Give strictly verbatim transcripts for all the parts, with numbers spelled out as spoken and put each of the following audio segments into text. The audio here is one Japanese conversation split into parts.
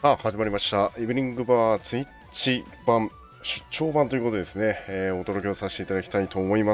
さあ始まりました。イブニングバーツイッチ版、出張版ということでですね、えーお届けをさせていただきたいと思います。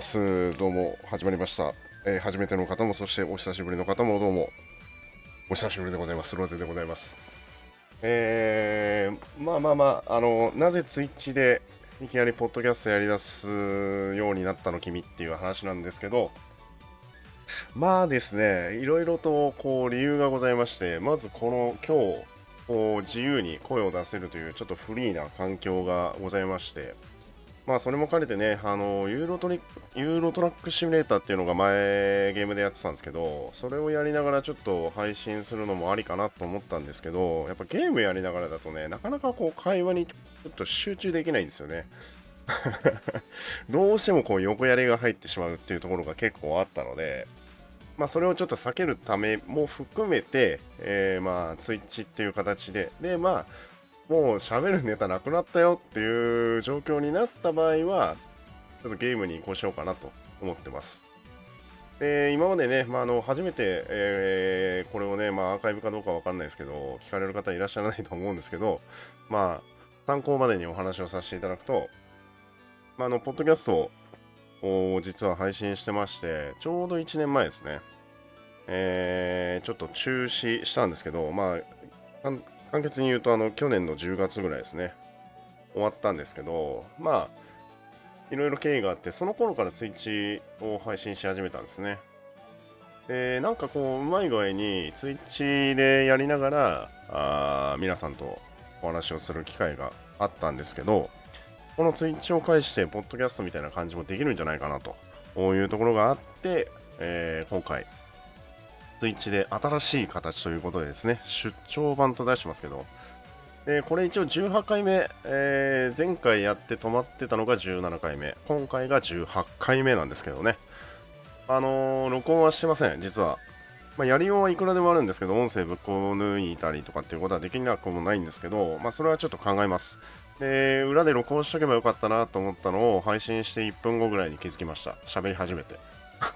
どうも始まりました。えー初めての方も、そしてお久しぶりの方もどうもお久しぶりでございます。ロゼでございます。えー、まあまあまあ、あの、なぜツイッチでいきなりポッドキャストやり出すようになったの君っていう話なんですけど、まあですね、いろいろとこう理由がございまして、まずこの今日、こう自由に声を出せるというちょっとフリーな環境がございまして、まあそれも兼ねてね、あのユーロトリユーロトラックシミュレーターっていうのが前ゲームでやってたんですけど、それをやりながらちょっと配信するのもありかなと思ったんですけど、やっぱゲームやりながらだとね、なかなかこう会話にちょっと集中できないんですよね。どうしてもこう横やりが入ってしまうっていうところが結構あったので、まあ、それをちょっと避けるためも含めて、えー、まあ、ツイッチっていう形で、で、まあ、もう喋るネタなくなったよっていう状況になった場合は、ちょっとゲームに移行しようかなと思ってます。で、今までね、まあ、あの初めて、えーこれをね、まあ、アーカイブかどうかわかんないですけど、聞かれる方いらっしゃらないと思うんですけど、まあ、参考までにお話をさせていただくと、まあ、あの、ポッドキャストを実は配信してまして、ちょうどいちねんまえですね。えーちょっと中止したんですけど、まあ、簡簡潔に言うと、あの、去年のじゅうがつぐらいですね、終わったんですけど、まあ、いろいろ経緯があって、その頃からツイッチを配信し始めたんですね。で、なんかこう、うまい具合にツイッチでやりながら、あー皆さんとお話をする機会があったんですけど、このツイッチを介して、ポッドキャストみたいな感じもできるんじゃないかなというところがあって、えー今回、ツイッチで新しい形ということでですね、出張版と出してますけど、でこれ一応じゅうはちかいめ、えー前回やって止まってたのがじゅうななかいめ、今回がじゅうはちかいめなんですけどね、あのー録音はしてません、実は。まあ、やりようはいくらでもあるんですけど、音声ぶっこ抜いたりとかっていうことはできなくもないんですけど、まあ、それはちょっと考えます。で、裏で録音しとけばよかったなと思ったのを配信していっぷんごぐらいに気づきました。喋り始めて。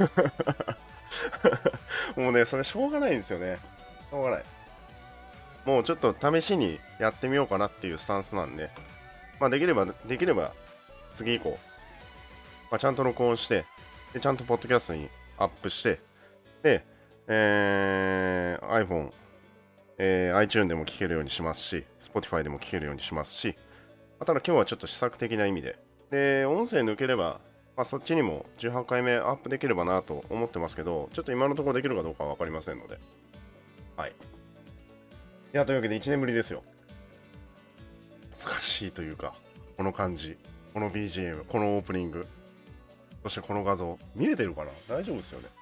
もうね、それしょうがないんですよね。しょうがない。もうちょっと試しにやってみようかなっていうスタンスなんで、まあできれば、できれば次以降、まあ、ちゃんと録音して、で、ちゃんとポッドキャストにアップして、で、えー、iPhone、えー、iTunes でも聞けるようにしますし、Spotify でも聞けるようにしますし、まあただ今日はちょっと試作的な意味で、で、音声抜ければ、まあ、そっちにもじゅうはちかいめアップできればなと思ってますけど、ちょっと今のところできるかどうかは分かりませんので、はい。いや、というわけでいちねんぶりですよ。懐かしいというか、この感じ、この ビージーエム、このオープニング、そしてこの画像、見れてるかな、大丈夫ですよね。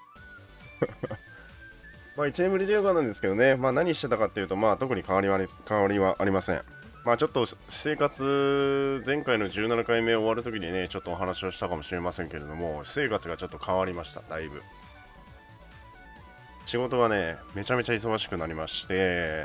まあいちねんぶりというかなんですけどね、まあ何してたかっていうと、まあ特に変わりは変わりはありません。まあちょっと私生活、前回のじゅうななかいめ終わるときにね、ちょっとお話をしたかもしれませんけれども、私生活がちょっと変わりました、だいぶ。仕事がね、めちゃめちゃ忙しくなりまして、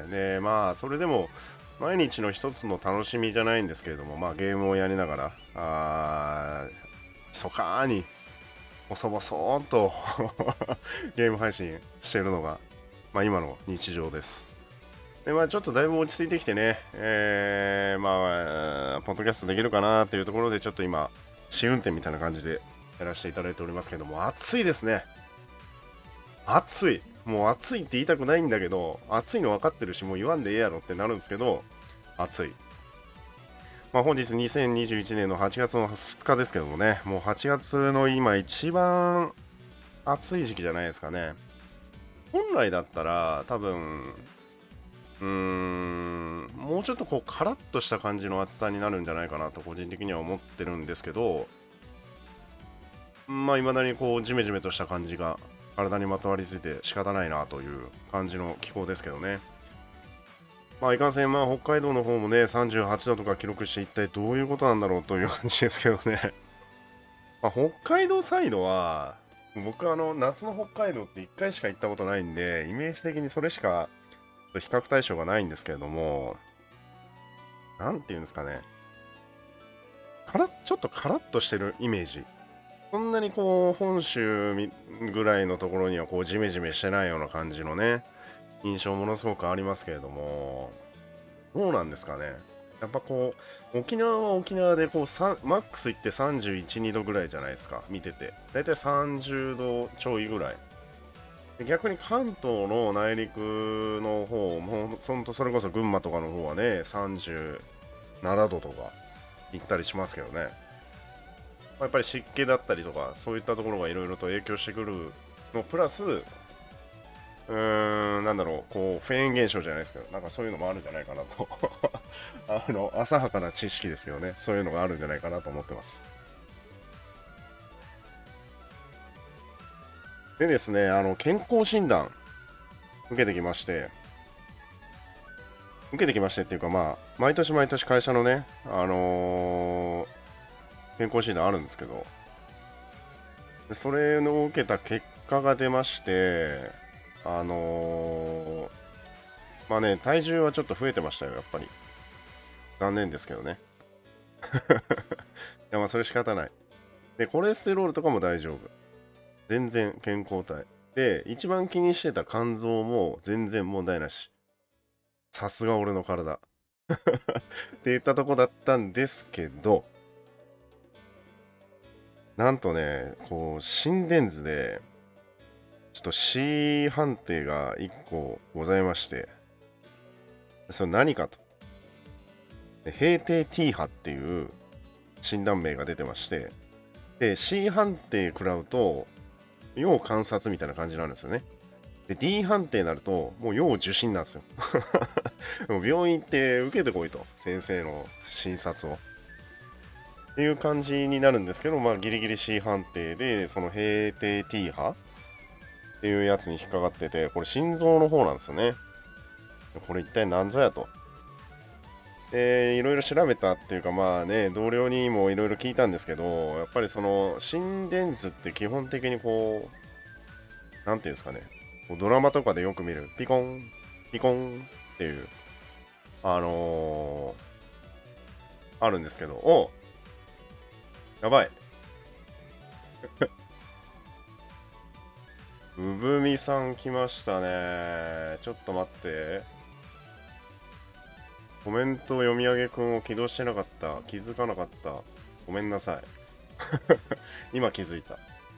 で、まあそれでも、毎日の一つの楽しみじゃないんですけれども、まあゲームをやりながら、あー、密かに、細々とゲーム配信しているのが、まあ今の日常です。で、まあちょっとだいぶ落ち着いてきてね、えー、まあ、ポッドキャストできるかなっていうところで、ちょっと今、試運転みたいな感じでやらせていただいておりますけども、暑いですね。暑い。もう暑いって言いたくないんだけど、暑いの分かってるし、もう言わんでええやろってなるんですけど、暑い。まあ、本日にせんにじゅういちねんのはちがつのふつかですけどもね、もうはちがつの今一番暑い時期じゃないですかね。本来だったら多分、うーん、もうちょっとこうカラッとした感じの暑さになるんじゃないかなと個人的には思ってるんですけど、まあ未だにこうジメジメとした感じが体にまとわりついて仕方ないなという感じの気候ですけどね。まあいかんせん、まあ北海道の方もね、さんじゅうはちどとか記録して一体どういうことなんだろうという感じですけどね。まあ、北海道サイドは、僕あの夏の北海道っていっかいしか行ったことないんで、イメージ的にそれしか比較対象がないんですけれども、なんていうんですかね、からちょっとカラッとしてるイメージ。そんなにこう本州みぐらいのところにはこうジメジメしてないような感じのね、印象ものすごくありますけれども、 どうなんですかね。やっぱこう、沖縄は沖縄でこうさんマックスいってさんじゅういち、にどぐらいじゃないですか、見てて。だいたいさんじゅうどちょいぐらい。で逆に関東の内陸の方も、そんとそれこそ群馬とかの方はね、さんじゅうななどとか行ったりしますけどね。まあやっぱり湿気だったりとか、そういったところがいろいろと影響してくるのプラス、うーん、なんだろう、こう、フェーン現象じゃないですけど、なんかそういうのもあるんじゃないかなと。あの、浅はかな知識ですけどね、そういうのがあるんじゃないかなと思ってます。でですね、あの、健康診断受けてきまして、受けてきましてっていうか、まあ、毎年毎年会社のね、あのー健康診断あるんですけど、でそれを受けた結果が出まして、あのーまあね、体重はちょっと増えてましたよ、やっぱり。残念ですけどね。いや、まあ、それ仕方ない。で、コレステロールとかも大丈夫。全然健康体。で、一番気にしてた肝臓も全然問題なし。さすが俺の体。って言ったとこだったんですけど、なんとね、こう、心電図で、ちょっと C 判定がいっこございまして、それ何かと。閉廷 T 波っていう診断名が出てまして、で、C 判定食らうと、要観察みたいな感じなんですよね。で、D 判定になると、もう要受診なんですよ。もう病院行って受けてこいと、先生の診察を。っていう感じになるんですけど、まあ、ギリギリ C 判定で、その閉廷 T 波っていうやつに引っかかってて、これ心臓の方なんですよね。これ一体何ぞやと。で、いろいろ調べたっていうか、まあね、同僚にもいろいろ聞いたんですけど、やっぱりその心電図って基本的にこう、なんていうんですかね、こうドラマとかでよく見る、ピコン、ピコンっていう、あのー、あるんですけど、おやばい。うぶみさん来ましたね。ちょっと待って。コメント読み上げくんを起動してなかった。気づかなかった。ごめんなさい。今気づいた。い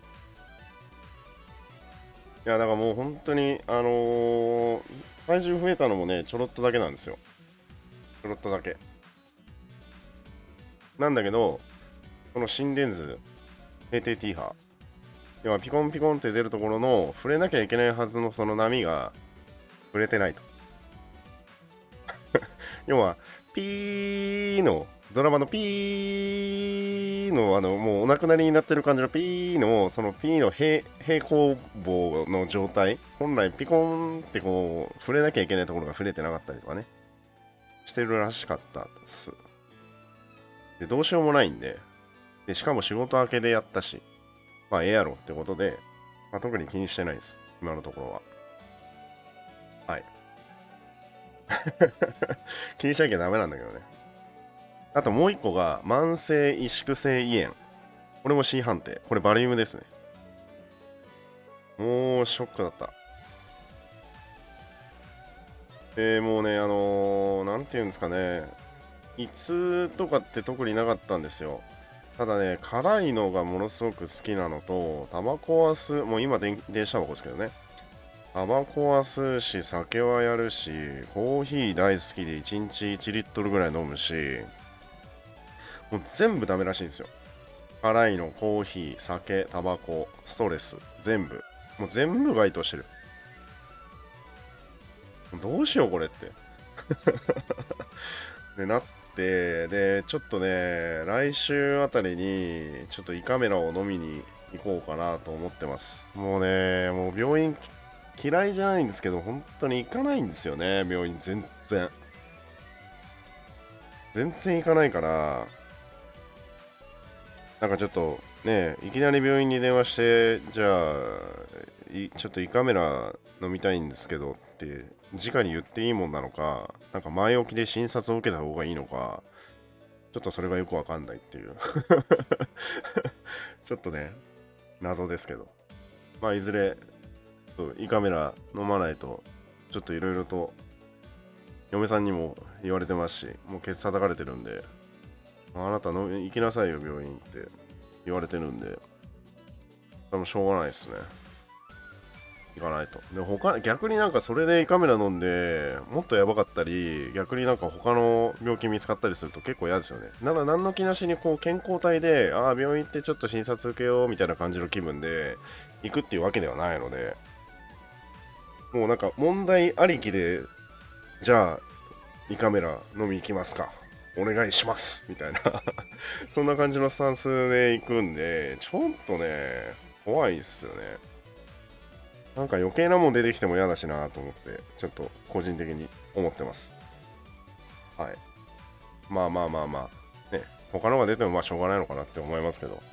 や、だからもう本当に、あのー体重増えたのもね、ちょろっとだけなんですよ。ちょろっとだけ。なんだけど、この心電図、閉廷 T 波、要はピコンピコンって出るところの、触れなきゃいけないはずのその波が、触れてないと。要は、ピーの、ドラマのピーの、あの、もうお亡くなりになってる感じのピーの、そのピーの平平行棒の状態、本来ピコンってこう、触れなきゃいけないところが触れてなかったりとかね、してるらしかったです。で、どうしようもないんで、で、しかも仕事明けでやったし、まあ、ええやろってことで、まあ、特に気にしてないです。今のところは。はい。気にしなきゃダメなんだけどね。あともう一個が、慢性萎縮性胃炎。これも C 判定。これバリウムですね。もうショックだった。で、もうね、あのー、なんていうんですかね。胃痛とかって特になかったんですよ。ただね、辛いのがものすごく好きなのと、タバコは吸う、もう今電、電子タバコですけどね。タバコは吸うし、酒はやるし、コーヒー大好きでいちにちいちリットルぐらい飲むし、もう全部ダメらしいんですよ。辛いの、コーヒー、酒、タバコ、ストレス、全部。もう全部該当してる。どうしようこれって。で、なって、で、ちょっとね、来週あたりに、ちょっと胃カメラを飲みに行こうかなと思ってます。もうね、もう病院嫌いじゃないんですけど、本当に行かないんですよね、病院全然。全然行かないから、なんかちょっとね、いきなり病院に電話して、じゃあ、いちょっと胃カメラ飲みたいんですけどって、直に言っていいもんなのか、なんか前置きで診察を受けた方がいいのか、ちょっとそれがよくわかんないっていうちょっとね、謎ですけど。まあ、いずれ、胃カメラ飲まないと、ちょっといろいろと嫁さんにも言われてますし、もうケツ叩かれてるんで、あなたの行きなさいよ病院って言われてるんで、多分しょうがないですね。行かないと。で、他、逆になんかそれで胃カメラ飲んで、もっとやばかったり、逆になんか他の病気見つかったりすると結構嫌ですよね。だから何の気なしにこう健康体で、ああ、病院行ってちょっと診察受けようみたいな感じの気分で行くっていうわけではないので、もうなんか問題ありきで、じゃあ、胃カメラ飲み行きますか。お願いしますみたいなそんな感じのスタンスで行くんで、ちょっとね、怖いっすよね。なんか余計なもん出てきても嫌だしなと思って、ちょっと個人的に思ってます。はい。まあまあまあまあ、ね、他のが出てもまあしょうがないのかなって思いますけど。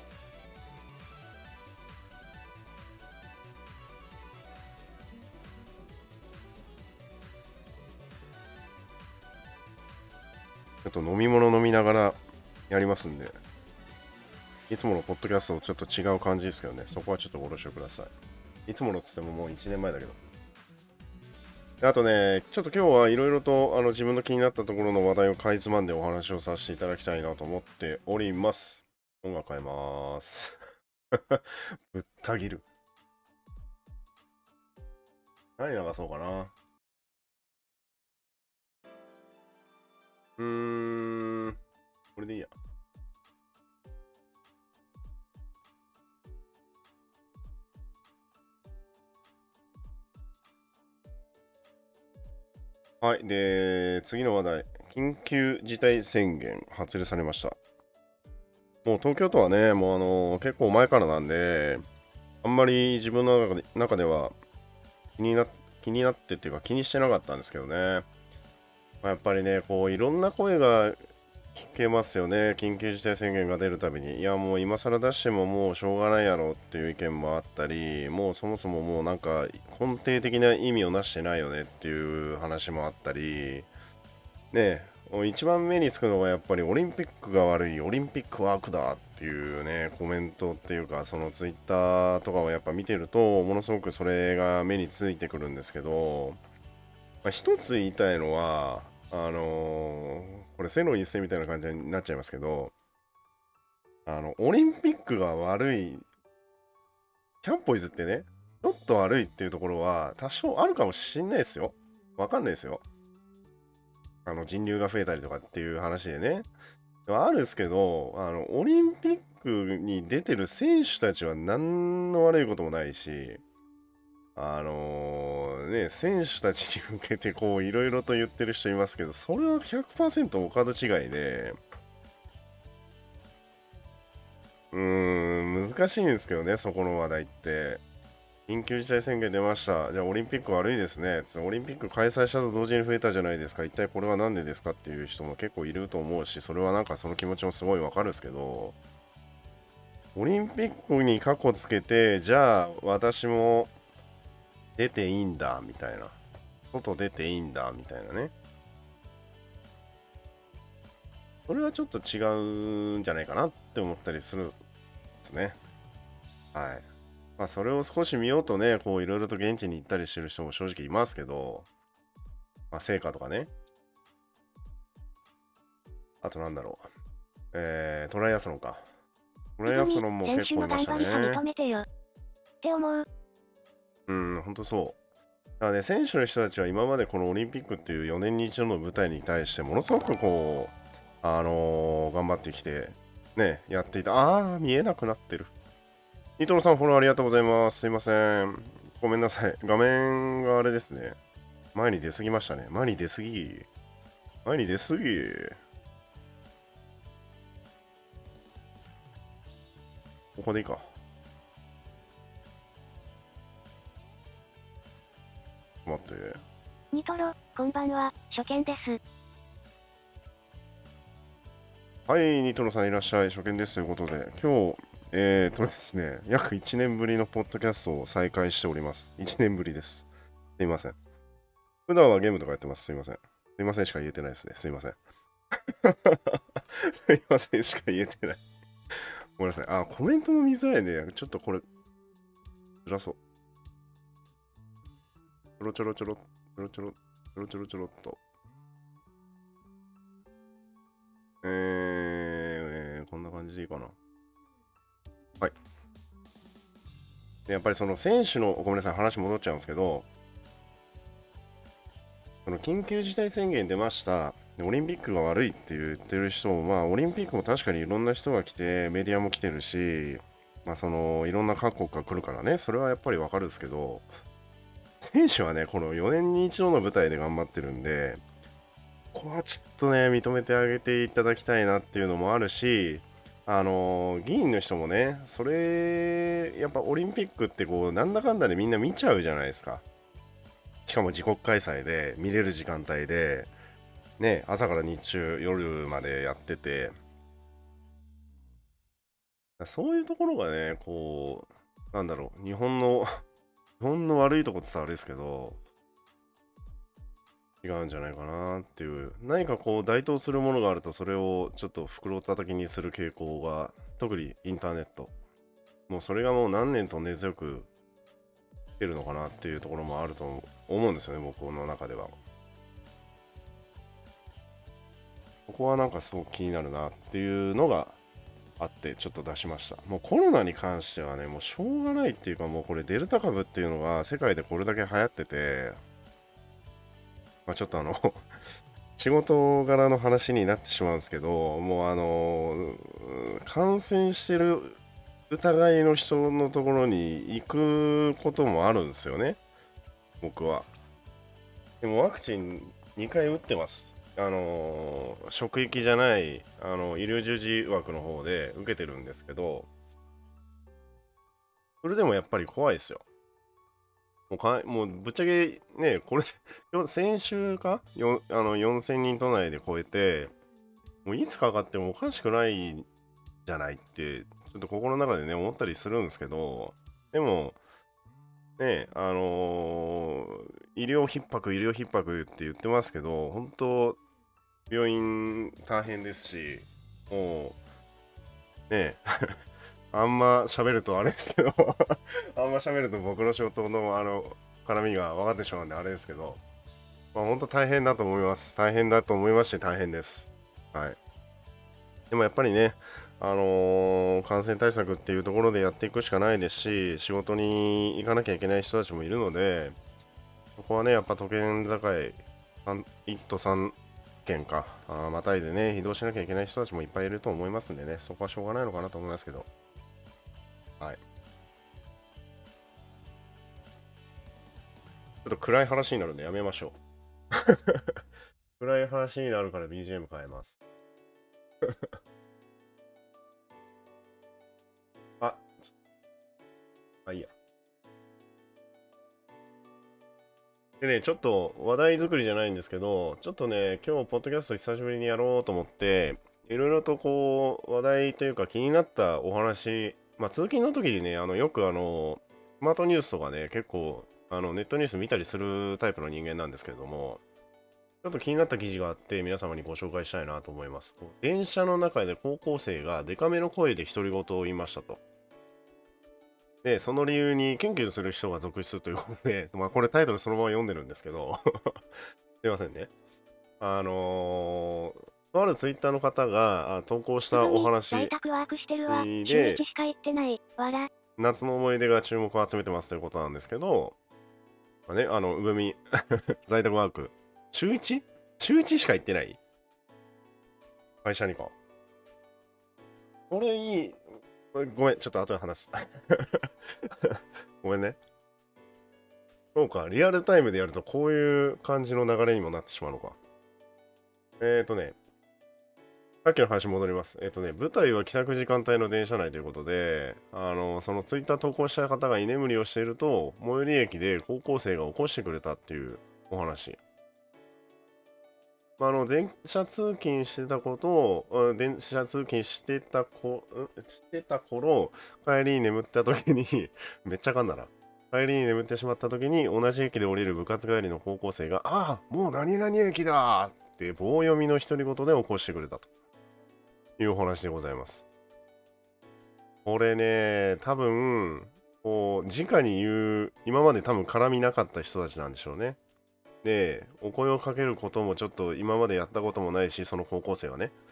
ちょっと飲み物飲みながらやりますんで、いつものポッドキャストとちょっと違う感じですけどね、そこはちょっとご了承ください。いつものっつってももういちねんまえだけど。あとね、ちょっと今日はいろいろとあの自分の気になったところの話題をかいつまんでお話をさせていただきたいなと思っております。音楽変えます。ぶった切る。何流そうかな。うーん、これでいいや。はい。で、次の話題。緊急事態宣言発令されました。もう東京都はね、もうあの結構前からなんで、あんまり自分の中で中では気にな気になってっていうか気にしてなかったんですけどね。まあやっぱりね、こういろんな声が聞けますよね。緊急事態宣言が出るたびに。いや、もう今更出してももうしょうがないやろっていう意見もあったり、もうそもそももうなんか根底的な意味をなしてないよねっていう話もあったり、ねえ、一番目につくのがやっぱりオリンピックが悪い、オリンピックワークだっていうね、コメントっていうか、そのツイッターとかをやっぱ見てると、ものすごくそれが目についてくるんですけど、まあ、一つ言いたいのは、あのーこれ背の一線みたいな感じになっちゃいますけど、あの、オリンピックが悪い、キャンポイズってね、ちょっと悪いっていうところは多少あるかもしんないですよ。わかんないですよ。あの人流が増えたりとかっていう話でね。あるんですけど、あの、オリンピックに出てる選手たちは何の悪いこともないし、あのーね、選手たちに向けてこう、いろいろと言ってる人いますけど、それはひゃくパーセントお門違いで、うーん、難しいんですけどね、そこの話題って。緊急事態宣言出ました。じゃあオリンピック悪いですね。オリンピック開催したと同時に増えたじゃないですか。一体これは何でですかっていう人も結構いると思うし、それはなんかその気持ちもすごいわかるんですけど、オリンピックに過去つけて、じゃあ私も出ていいんだみたいな。外出ていいんだみたいなね。それはちょっと違うんじゃないかなって思ったりするんですね。はい。まあそれを少し見ようとね、こういろいろと現地に行ったりしてる人も正直いますけど、まあ成果とかね。あとなんだろう。えー、トライアスロンか。トライアスロンも結構いましたね。 認めてよって思う。 うん、ほんとそう。だからね、選手の人たちは今までこのオリンピックっていうよねんに一度の舞台に対してものすごくこう、あのー頑張ってきて、ね、やっていた。あー、見えなくなってる。ニトロさん、フォローありがとうございます。すいません。ごめんなさい。画面があれですね。前に出すぎましたね。前に出すぎ。前に出すぎ。ここでいいか。待って。 ニトロ、こんばんは、初見です。 はい、ニトロさんいらっしゃい。初見ですということで、今日、えーとですね、約いちねんぶりのポッドキャストを再開しております。いちねんぶりです。すいません。普段はゲームとかやってます。すいません。すいませんしか言えてないですね。すいません。すいませんしか言えてない。ごめんなさい。あ、コメントも見づらいね。ちょっとこれ、ずらそう。ちょろちょろちょろ、ちょろちょろ、ちょろちょろちょろっと。 えー、こんな感じでいいかな。はい。でやっぱりその選手の、ごめんなさい、話戻っちゃうんですけど、その緊急事態宣言出ました。でオリンピックが悪いって言ってる人も、まあ、オリンピックも確かにいろんな人が来て、メディアも来てるし、まあ、そのいろんな各国から来るからね、それはやっぱりわかるんですけど、選手はね、このよねんに一度の舞台で頑張ってるんで、ここはちょっとね、認めてあげていただきたいなっていうのもあるし、あのー議員の人もね、それ、やっぱオリンピックってこう、なんだかんだでみんな見ちゃうじゃないですか。しかも自国開催で、見れる時間帯で、ね、朝から日中、夜までやってて、そういうところがね、こう、なんだろう、日本の日本の悪いとこって言ったらあれですけど、違うんじゃないかなっていう、何かこう該当するものがあるとそれをちょっと袋叩きにする傾向が、特にインターネット、もうそれがもう何年と根強く来てるのかなっていうところもあると思うんですよね、僕の中では。ここはなんかすごく気になるなっていうのがあってちょっと出しました。もうコロナに関してはね、もうしょうがないっていうか、もうこれデルタ株っていうのが世界でこれだけ流行ってて、まあ、ちょっとあの仕事柄の話になってしまうんですけど、もうあの感染してる疑いの人のところに行くこともあるんですよね、僕は。でもワクチンにかい打ってます。あの職域じゃないあの医療従事枠の方で受けてるんですけど、それでもやっぱり怖いですよ。もうかもうぶっちゃけね、これよ先週かよあのよんせんにん都内で超えて、もういつかかってもおかしくないじゃないって、ちょっと心の中でね、思ったりするんですけど、でも、ね、あのー医療逼迫、医療逼迫って言ってますけど、本当、病院大変ですし、もう、ね、あんま喋るとあれですけどあんま喋ると僕の仕事のあの絡みが分かってしまうんであれですけど、まあ、本当大変だと思います。大変だと思いますし、大変です。はい。でもやっぱりね、あのー感染対策っていうところでやっていくしかないですし、仕事に行かなきゃいけない人たちもいるので、ここはね、やっぱ都県境、いっ都さん県か、あまたいでね、移動しなきゃいけない人たちもいっぱいいると思いますんでね、そこはしょうがないのかなと思いますけど、はい。ちょっと暗い話になるんでやめましょう。暗い話になるから ビージーエム 変えます。あ、あ、いいや。でね、ちょっと話題作りじゃないんですけど、ちょっとね、今日、ポッドキャスト久しぶりにやろうと思って、いろいろとこう、話題というか気になったお話、まあ、通勤の時にね、あのよくあの、スマートニュースとかね、結構、あのネットニュース見たりするタイプの人間なんですけれども、ちょっと気になった記事があって、皆様にご紹介したいなと思います。電車の中で高校生がデカめの声で独り言を言いましたと。で、その理由にキュンキュンする人が続出ということで、まあこれタイトルそのまま読んでるんですけどすいませんね。あのーとあるツイッターの方があ投稿したお在話宅ワークしてるわ。週で、 いちしか行ってない。わら。 夏の思い出が注目を集めてますということなんですけど、まあね、あの、うぶみ、在宅ワーク、週 いち? 週いちしか行ってない会社にか。これいい。ごめん、ちょっと後で話す。ごめんね。そうか、リアルタイムでやるとこういう感じの流れにもなってしまうのか。えーとね、さっきの話戻ります。えっ、とね、舞台は帰宅時間帯の電車内ということで、あの、そのツイッター投稿した方が居眠りをしていると、最寄り駅で高校生が起こしてくれたっていうお話。まあ、あの、電車通勤してたことを、うん電車通勤してたこ、んしてた頃、帰りに眠った時にめっちゃかんだな。帰りに眠ってしまった時に、同じ駅で降りる部活帰りの高校生が、ああ、もう何々駅だって棒読みの独り言で起こしてくれたというお話でございます。これね、多分、こう、直に言う、今まで多分絡みなかった人たちなんでしょうね。で、お声をかけることもちょっと今までやったこともないし、その高校生はね。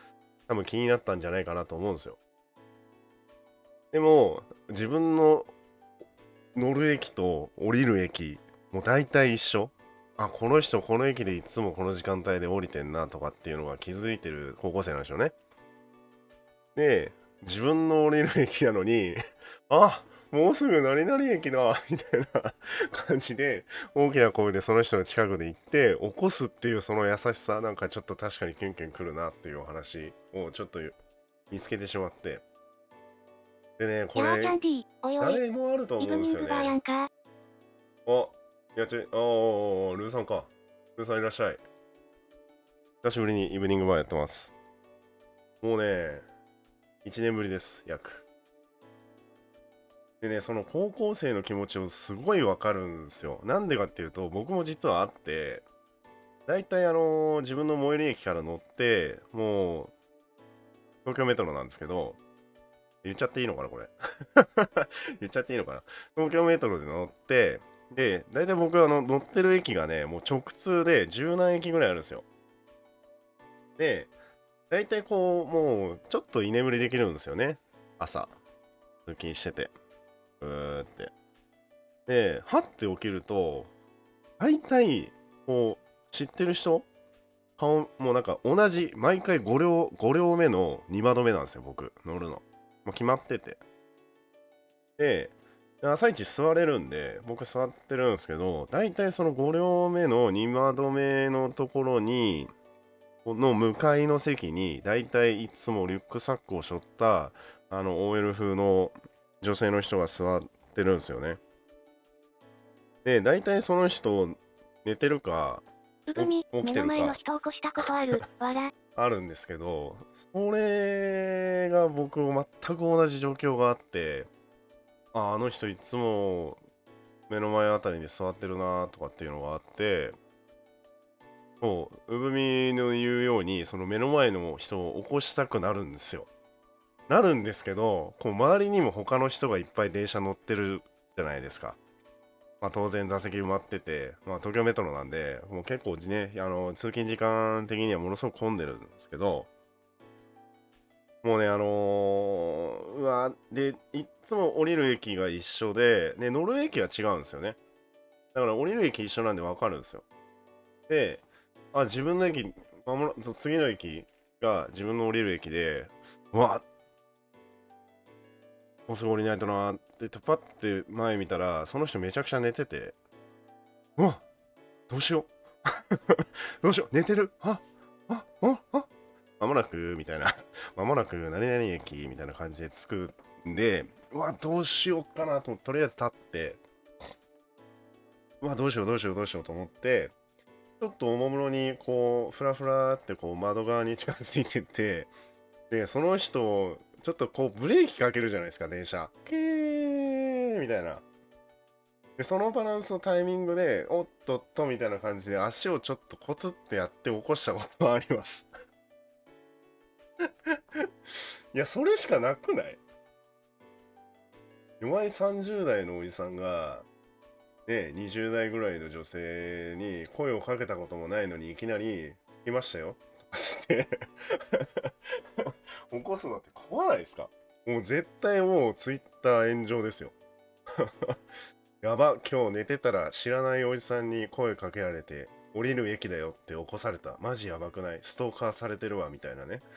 多分気になったんじゃないかなと思うんですよ。でも、自分の乗る駅と降りる駅、もう大体一緒。あ、この人この駅でいつもこの時間帯で降りてんなとかっていうのが気づいてる高校生なんでしょうね。で、自分の降りる駅なのに、あ、もうすぐ何々駅だみたいな感じで、大きな声でその人の近くで行って、起こすっていうその優しさ、なんかちょっと確かにキュンキュンくるなっていうお話をちょっと見つけてしまって。でね、これ、誰もあると思うんですよね。あ、やっちゃい、ああ、ルーさんか。ルーさんいらっしゃい。久しぶりにイブニングバーやってます。もうね、いちねんぶりです、約。でね、その高校生の気持ちをすごいわかるんですよ。なんでかっていうと、僕も実はあって、大体あのー自分の最寄り駅から乗って、もう、東京メトロなんですけど、言っちゃっていいのかな、これ。言っちゃっていいのかな。東京メトロで乗って、で、大体僕あの乗ってる駅がね、もう直通で十何駅ぐらいあるんですよ。で、大体こう、もうちょっと居眠りできるんですよね。朝、通勤してて。うーって。で、はって起きると、大体、こう、知ってる人顔、もうなんか同じ、毎回ご両、ご両目のに窓目なんですよ、僕、乗るの。もう決まってて。で、朝一座れるんで、僕座ってるんですけど、大体そのご両目のに窓目のところに、の向かいの席に、大体いつもリュックサックを背負った、あの オーエル 風の女性の人が座ってるんですよね。で、大体その人、寝てるか、 うぶみ、 起きてる目の前のか、 人起こしたことある。わら。 あるんですけど、それが僕、全く同じ状況があって、あ、あの人いつも目の前あたりに座ってるなとかっていうのがあって、もう、うぶみの言うように、その目の前の人を起こしたくなるんですよ。なるんですけど、こう周りにも他の人がいっぱい電車乗ってるじゃないですか。まあ、当然座席埋まってて、まあ、東京メトロなんで、もう結構ね、あの通勤時間的にはものすごく混んでるんですけど、もうね、あのーうわ、で、いっつも降りる駅が一緒で、で、乗る駅が違うんですよね。だから降りる駅一緒なんでわかるんですよ。で、あ、自分の駅、まもな次の駅が自分の降りる駅で、うわ、もうすぐ降りないとなーって、パッて前見たら、その人めちゃくちゃ寝てて、うわ、どうしよう。どうしよう、寝てる。あ、あ、あ、あ、まもなく、みたいな。まもなく、何々駅、みたいな感じで着くんで、うわ、どうしようかなと、とりあえず立って、うわ、どうしよう、どうしよう、どうしようと思って、ちょっとおもむろに、こう、ふらふらって、こう、窓側に近づいてって、で、その人、ちょっとこう、ブレーキかけるじゃないですか、電車。キーみたいな。で、そのバランスのタイミングで、おっとっとみたいな感じで、足をちょっとコツってやって起こしたことはあります。いや、それしかなくない？弱いさんじゅう代のおじさんが、ね、にじゅう代ぐらいの女性に声をかけたこともないのにいきなり「着きましたよ」とかして起こすのって怖ないですか？もう絶対もうツイッター炎上ですよ。やば、今日寝てたら知らないおじさんに声かけられて降りる駅だよって起こされた。マジやばくない？ストーカーされてるわみたいなね。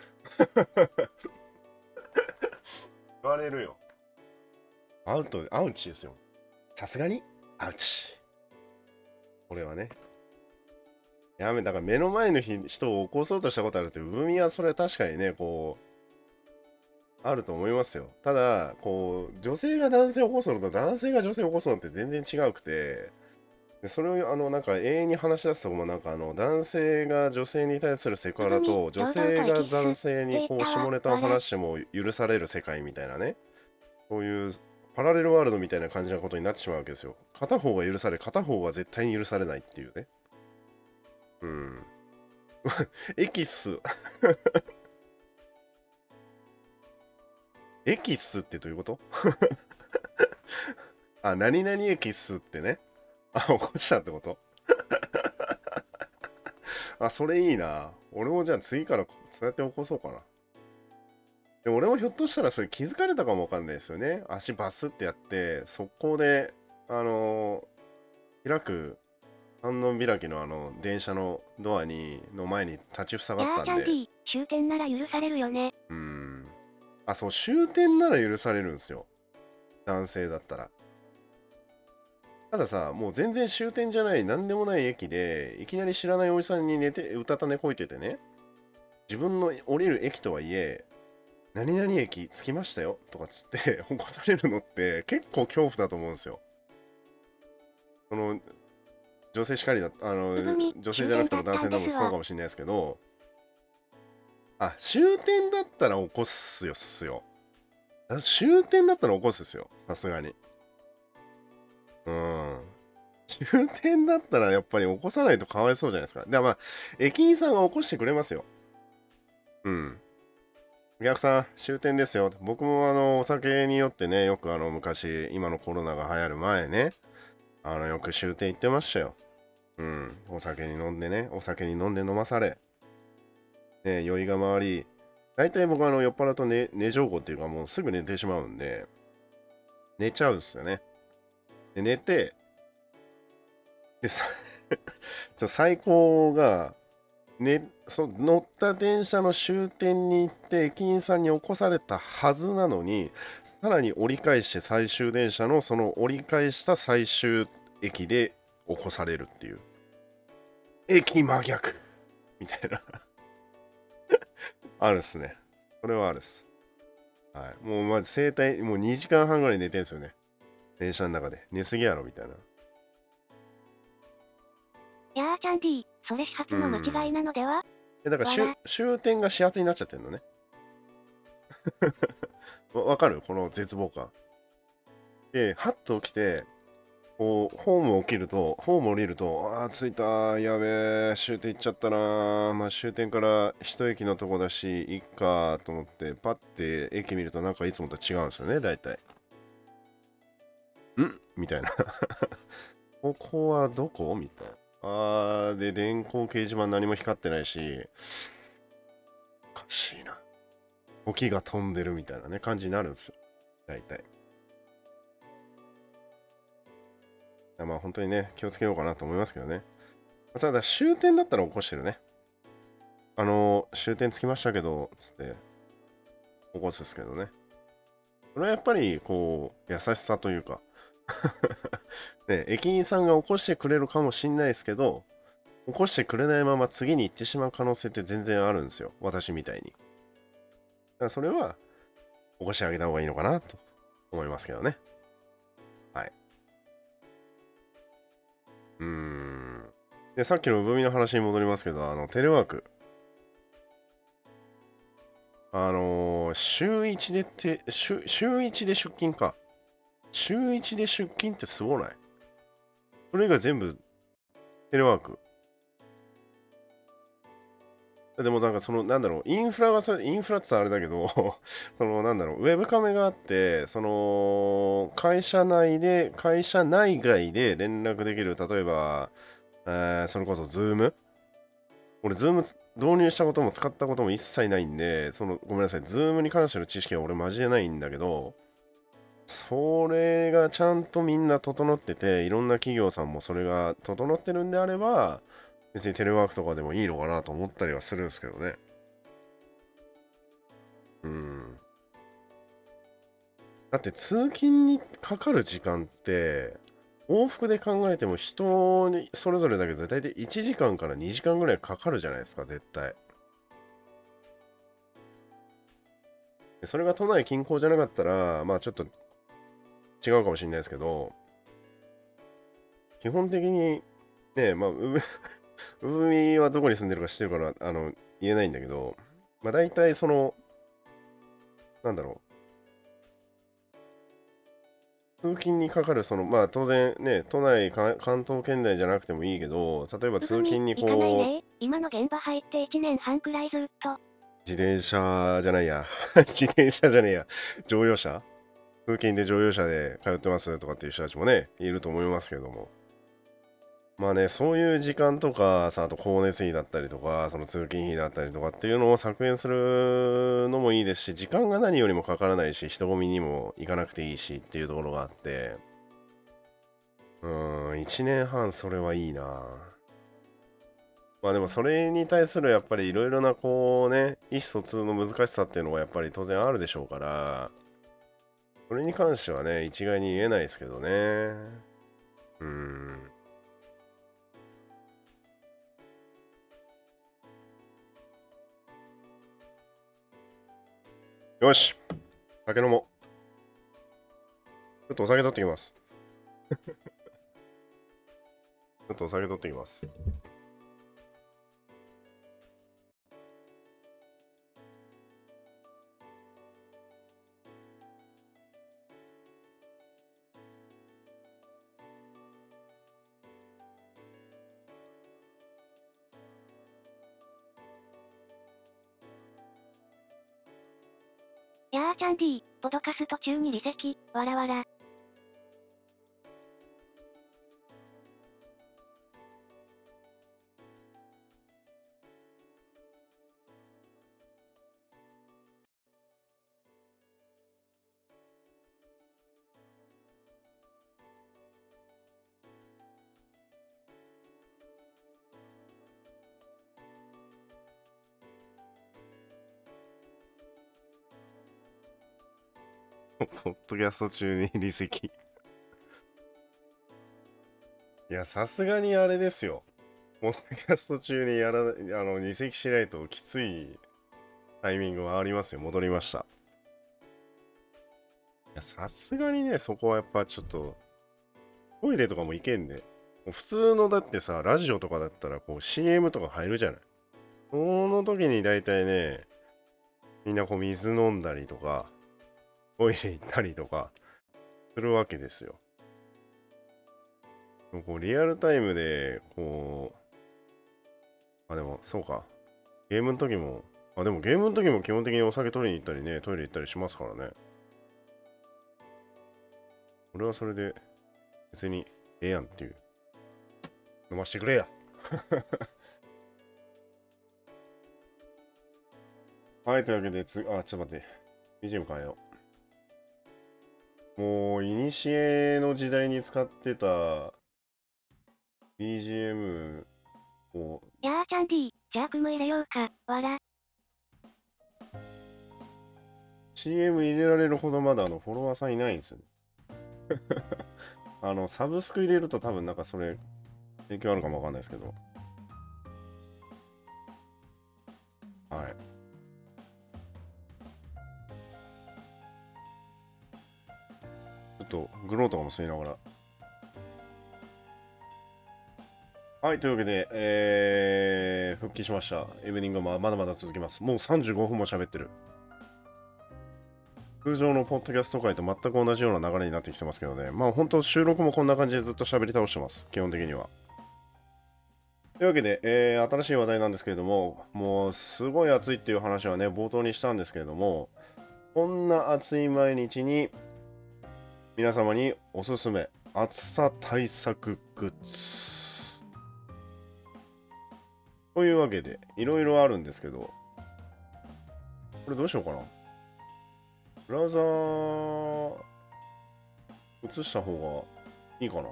言われるよ。アウト、アウチですよ。さすがにアウチ。これはね。やめ、だから目の前の人を起こそうとしたことあるって、うぶみはそれは確かにね、こう、あると思いますよ。ただ、こう、女性が男性を起こすのと男性が女性を起こすのって全然違くて、でそれをあのなんか永遠に話し出すとこもなんかあの男性が女性に対するセクハラと女性が男性にこう下ネタを話しても許される世界みたいなね、そういうパラレルワールドみたいな感じなことになってしまうわけですよ。片方が許され片方が絶対に許されないっていうね。うん。エキスエキスってどういうこと？あ、何々エキスってね。あ、起こしたってこと？あ、それいいな。俺もじゃあ次からそうやって起こそうかな。 で、俺もひょっとしたらそれ気づかれたかもわかんないですよね。足バスってやって、速攻で、あのー開く、観音開きのあの、電車のドアに、の前に立ちふさいやー、 がったんで、 キャンディー、終点なら許されるよね。 うーん。あ、そう、終点なら許されるんですよ。男性だったら。たださ、もう全然終点じゃない、なんでもない駅で、いきなり知らないおじさんに寝て、うたた寝こいててね、自分の降りる駅とはいえ、何々駅着きましたよとかつって起こされるのって結構恐怖だと思うんですよ。その女性しかりだ、あの、 つぐみ、 女性じゃなくても男性でもそうかもしれないですけど、あ、終点だったら起こすよっすよ。終点だったら起こすっすよ。さすがに。うん。終点だったらやっぱり起こさないとかわいそうじゃないですか。で、まあ、駅員さんが起こしてくれますよ。うん。お客さん、終点ですよ。僕もあの、お酒によってね、よくあの、昔、今のコロナが流行る前ね、あの、よく終点行ってましたよ。うん。お酒に飲んでね、お酒に飲んで飲まされ、ね、酔いが回り、大体僕はあの、酔っ払うと寝、寝上戸っていうかもうすぐ寝てしまうんで、寝ちゃうんですよね。で、寝て、で、さちょ最高が、ね、そ乗った電車の終点に行って駅員さんに起こされたはずなのに、さらに折り返して最終電車のその折り返した最終駅で起こされるっていう。駅真逆みたいなあるっすね。それはあるっす。はい。もうまず整体、もうにじかんはんぐらい寝てんすよね。電車の中で。寝すぎやろみたいな。 いやー、キャンディー、それ始発の間違いなのでは？ えだから終わら終点が始発になっちゃってんのね。わわかるこの絶望感。で、はっと起きて、こう、ホーム起きると、ホーム降りると、ああ、着いた、やべえ、終点行っちゃったな、まあ終点から一駅のとこだし、いっかと思って、パッて駅見ると、なんかいつもと違うんですよね、大体。んみたいな。ここはどこみたいな。あー、で、電光掲示板何も光ってないし、おかしいな。時が飛んでるみたいなね、感じになるんですよ。大体。まあ本当にね、気をつけようかなと思いますけどね。ただ終点だったら起こしてるね。あの、終点着きましたけど、つって、起こすですけどね。それはやっぱり、こう、優しさというかね、駅員さんが起こしてくれるかもしんないですけど、起こしてくれないまま次に行ってしまう可能性って全然あるんですよ。私みたいに。だからそれは、起こしてあげた方がいいのかなと思いますけどね。はい。うーん。で、さっきの産みの話に戻りますけど、あの、テレワーク。あのー週いちでて、週、週いちで出勤か。週いちで出勤ってすごない？それ以外全部テレワーク。でもなんかその、なんだろう、インフラがそれ、インフラって言ったらあれだけど、その、なんだろう、ウェブカメがあって、その、会社内で、会社内外で連絡できる、例えば、えーそれこそ、ズーム俺、ズーム導入したことも使ったことも一切ないんで、その、ごめんなさい、ズームに関しての知識は俺マジでないんだけど、それがちゃんとみんな整ってて、いろんな企業さんもそれが整ってるんであれば、別にテレワークとかでもいいのかなと思ったりはするんですけどね。うん。だって通勤にかかる時間って、往復で考えても人にそれぞれだけど、大体いちじかんからにじかんぐらいかかるじゃないですか、絶対。でそれが都内近郊じゃなかったら、まあちょっと違うかもしれないですけど、基本的にね、まあ、う海はどこに住んでるか知ってるから、あの、言えないんだけど、まあ大体その、なんだろう、通勤にかかる、その、まあ当然ね、都内か、関東圏内じゃなくてもいいけど、例えばつぐみ、 通勤に行かないこう、 ね。今の現場入っていちねんはんくらいずっと。 自転車じゃないや、自転車じゃねえや、乗用車通勤で乗用車で通ってますとかっていう人たちもね、いると思いますけれども、 まあね、そういう時間とかさ、あと光熱費だったりとか、その通勤費だったりとかっていうのを削減するのもいいですし、時間が何よりもかからないし、人混みにも行かなくていいしっていうところがあって、うーん、いちねんはんそれはいいな。まあでもそれに対するやっぱりいろいろなこうね、意思疎通の難しさっていうのはやっぱり当然あるでしょうから、それに関してはね、一概に言えないですけどね。うーん。よし、酒飲もう。ちょっとお酒取ってきます。ちょっとお酒取ってきます。 やーチャンディー、ポドカス途中に離席、わらわら。 ポッドキャスト中に離席。いや、さすがにあれですよ。ポッドキャスト中にやらあの離席しないときついタイミングはありますよ。戻りました。いや、さすがにね、そこはやっぱちょっと、トイレとかも行けんで、ね。普通のだってさ、ラジオとかだったらこう シーエム とか入るじゃない。その時に大体ね、みんなこう水飲んだりとか、トイレ行ったりとかするわけですよ。こうリアルタイムで、こう、あ、でもそうか。ゲームの時も、あ、でもゲームの時も基本的にお酒取りに行ったりね、トイレ行ったりしますからね。俺はそれで別にええやんっていう。飲ましてくれや。はい、というわけで、つ、あ、ちょっと待って。ビージーエム 変えよう。もう、いにしえの時代に使ってた ビージーエム を、 やーチャンディー、ジャークも入れようか、わら。 シーエム 入れられるほどまだあのフォロワーさんいないんですよね。あの、サブスク入れると多分なんかそれ、影響あるかもわかんないですけど。はい。ちょっと、グローとかも吸いながら。はい、というわけで、えー、復帰しました。エブニングはまだまだ続きます。もうさんじゅうごふんも喋ってる。通常のポッドキャスト界と全く同じような流れになってきてますけどね。まあ本当収録もこんな感じでずっと喋り倒してます。基本的には。というわけで、えー、新しい話題なんですけれども、もうすごい暑いっていう話はね、冒頭にしたんですけれども、こんな暑い毎日に皆様におすすめ暑さ対策グッズ。というわけで、いろいろあるんですけど、これどうしようかな。ブラウザー映した方がいいか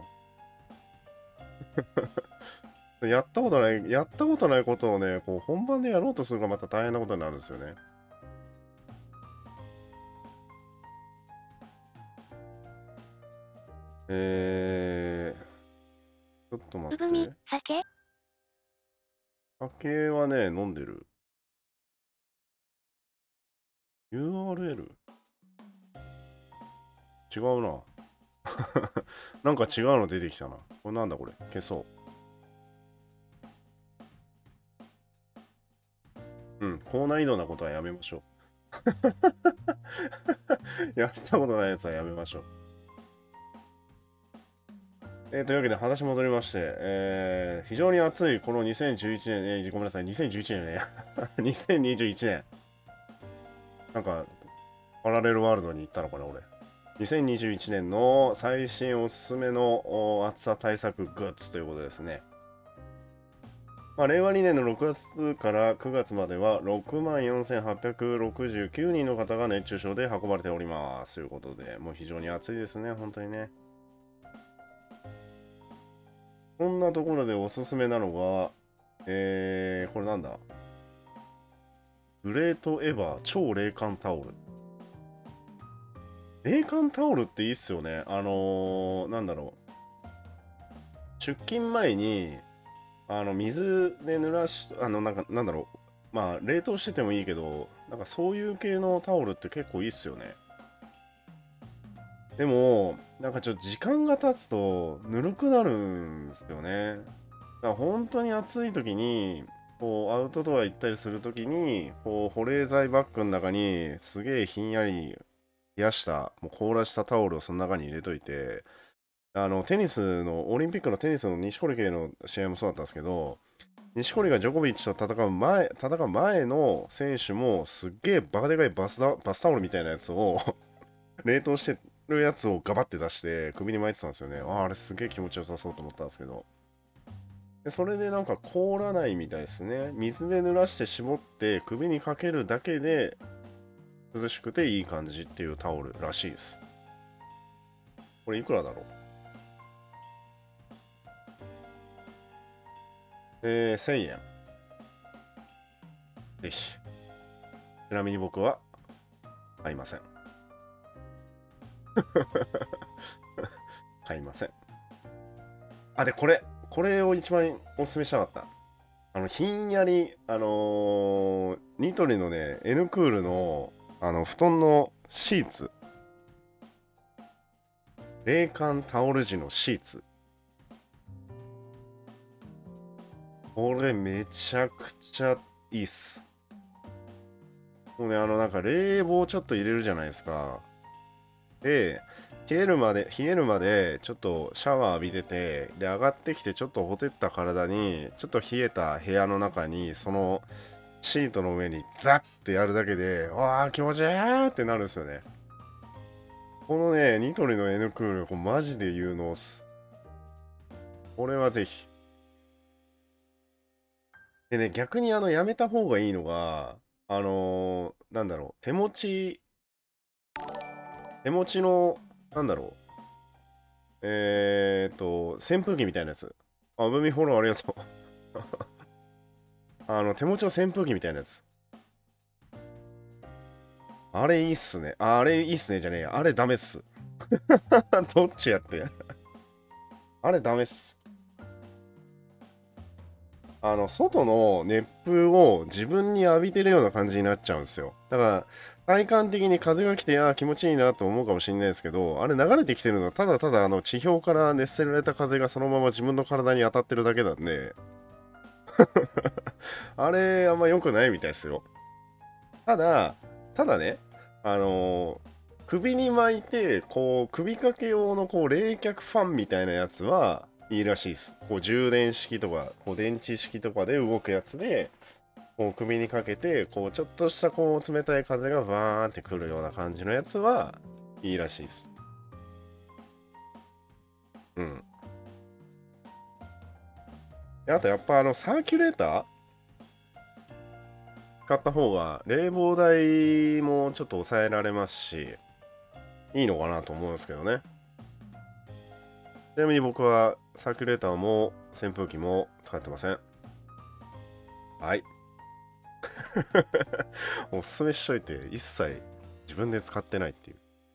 な。やったことない、やったことないことをね、こう本番でやろうとするがまた大変なことになるんですよね。えー、ちょっと待うぶみって。、 酒酒はね、飲んでる。ユーアールエル? 違うな。なんか違うの出てきたな。これなんだこれ。消そう。うん、高難易度なことはやめましょう。やったことないやつはやめましょう。えー、というわけで話戻りまして、えー、非常に暑いこのにせんじゅういちねん、えー、ごめんなさい、にせんじゅういちねんね。にせんにじゅういちねん。なんか、パラレルワールドに行ったのかな、俺。 にせんにじゅういちねんの最新おすすめのお暑さ対策グッズということですね。まあ、れいわにねんのろくがつからくがつまではろくまんよんせんはっぴゃくろくじゅうきゅうにんの方が熱中症で運ばれております。ということで、もう非常に暑いですね、本当にね。こんなところでおすすめなのが、えー、これなんだグレートエヴァ超冷感タオル。冷感タオルっていいっすよね。あのー、なんだろう。出勤前に、あの、水で濡らし、あの、なんか、なんだろう。まあ、冷凍しててもいいけど、なんかそういう系のタオルって結構いいっすよね。でも、なんかちょっと時間が経つと、ぬるくなるんですよね。だから本当に暑い時に、こう、アウトドア行ったりする時に、こう、保冷剤バッグの中に、すげえひんやり冷やした、もう凍らしたタオルをその中に入れといて、あの、テニスの、オリンピックのテニスの錦織圭の試合もそうだったんですけど、錦織がジョコビッチと戦う前、戦う前の選手も、すっげえバカでかいバスタバスタオルみたいなやつを冷凍してるやつをガバって出して首に巻いてたんですよね。ああ、あれすげえ気持ちよさそうと思ったんですけど。でそれでなんか凍らないみたいですね。水で濡らして絞って首にかけるだけで涼しくていい感じっていうタオルらしいです。これいくらだろう。えー、せんえん。ぜひ。ちなみに僕は買いません。買いません。あ、で、これ。これを一番おすすめしたかった。あの、ひんやり、あのーニトリのね、N クールの、あの、布団のシーツ。冷感タオル地のシーツ。これめちゃくちゃいいっす。もうね、あの、なんか冷房ちょっと入れるじゃないですか。で、冷えるまで、冷えるまで、ちょっとシャワー浴びてて、で、上がってきて、ちょっとほてった体に、ちょっと冷えた部屋の中に、そのシートの上にザッてやるだけで、わー、気持ちいいってなるんですよね。このね、ニトリの N クール、これマジで有能っす。これはぜひ。でね、逆にあの、やめた方がいいのが、あのーなんだろう、手持ち、手持ちの、なんだろう、えーっと、扇風機みたいなやつ。あ、ブミフォローありがとう。あの、手持ちの扇風機みたいなやつ。あれいいっすね。ああれいいっすねじゃねえや。あれダメっす。どっちやって。あれダメっす。あの、外の熱風を自分に浴びてるような感じになっちゃうんですよ。だから、体感的に風が来て、ああ、気持ちいいなと思うかもしれないですけど、あれ流れてきてるのは、ただただあの地表から熱せられた風がそのまま自分の体に当たってるだけなんで、あれ、あんま良くないみたいですよ。ただ、ただね、あのー首に巻いて、こう、首掛け用のこう冷却ファンみたいなやつはいいらしいです。こう充電式とか、こう電池式とかで動くやつで、こう首にかけて、こうちょっとしたこう冷たい風がバーンってくるような感じのやつはいいらしいです。うん。であとやっぱあのサーキュレーター使った方が冷房代もちょっと抑えられますし、いいのかなと思うんですけどね。ちなみに僕はサーキュレーターも扇風機も使ってません。はい。おすすめしといて一切自分で使ってないっていう。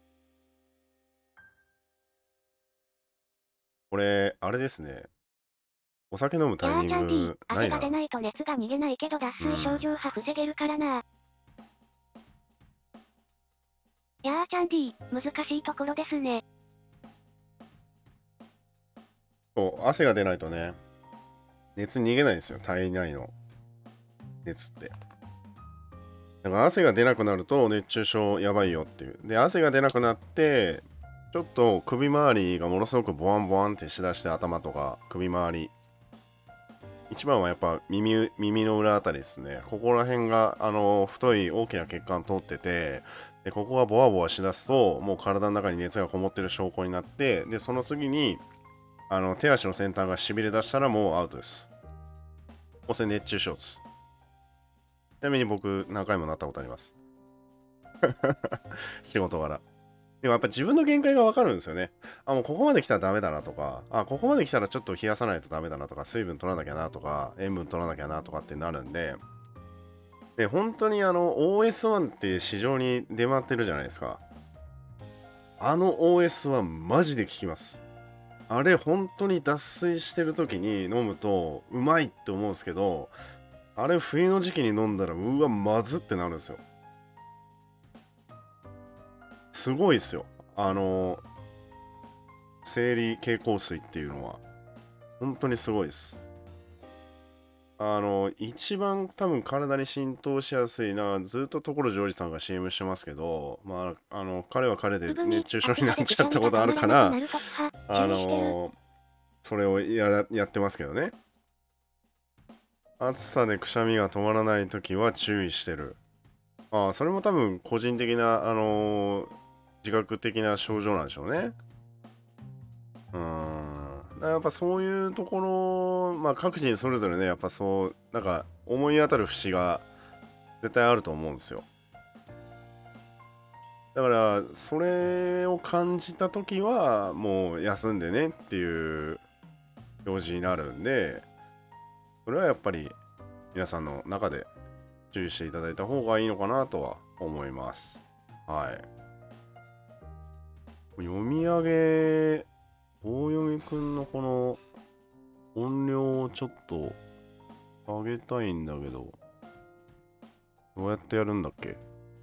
これ、あれですね。お酒飲むタイミンやーチャンディ、 グないな。 汗が出ないと熱が逃げないけど脱水症状は防げるからな。やーチャンディ、難しいところですね。 そう、汗が出ないとね、熱逃げないんですよ、体内の熱って。だから汗が出なくなると熱中症やばいよっていう。で、汗が出なくなって、ちょっと首周りがものすごくボワンボワンってしだして頭とか首周り。一番はやっぱ耳耳の裏あたりですね。ここら辺があの太い大きな血管通ってて、 で、ここがボワボワしだすと、もう体の中に熱がこもってる証拠になって、で、その次に、あの、手足の先端がしびれ出したらもうアウトです。もうそれ熱中症です。ちなみに僕、何回もなったことあります。仕事柄。でもやっぱ自分の限界がわかるんですよね。あ、もうここまで来たらダメだなとか、あ、ここまで来たらちょっと冷やさないとダメだなとか、水分取らなきゃなとか、塩分取らなきゃなとかってなるんで、で、本当にあの オーエスワン って市場に出回ってるじゃないですか。あの オーエスワン マジで効きます。あれ本当に脱水してる時に飲むとうまいって思うんですけど、あれ冬の時期に飲んだらうわ、まずってなるんですよ。すごいですよ。あの、生理経口水っていうのは。本当にすごいです。あの、一番多分体に浸透しやすいな、ずっと所ジョージさんが シーエム してますけど、まあ、あの、彼は彼で熱中症になっちゃったことあるから、あの、それをやらやってますけどね。暑さでくしゃみが止まらないときは注意してる。ああ、それも多分個人的な、あのー自覚的な症状なんでしょうね。うーん。だからやっぱそういうところ、まあ各人それぞれね、やっぱそう、なんか思い当たる節が絶対あると思うんですよ。だから、それを感じたときは、もう休んでねっていう表示になるんで、それはやっぱり皆さんの中で注意していただいた方がいいのかなとは思います。はい。読み上げ、大読くんのこの音量をちょっと上げたいんだけど、どうやってやるんだっけ？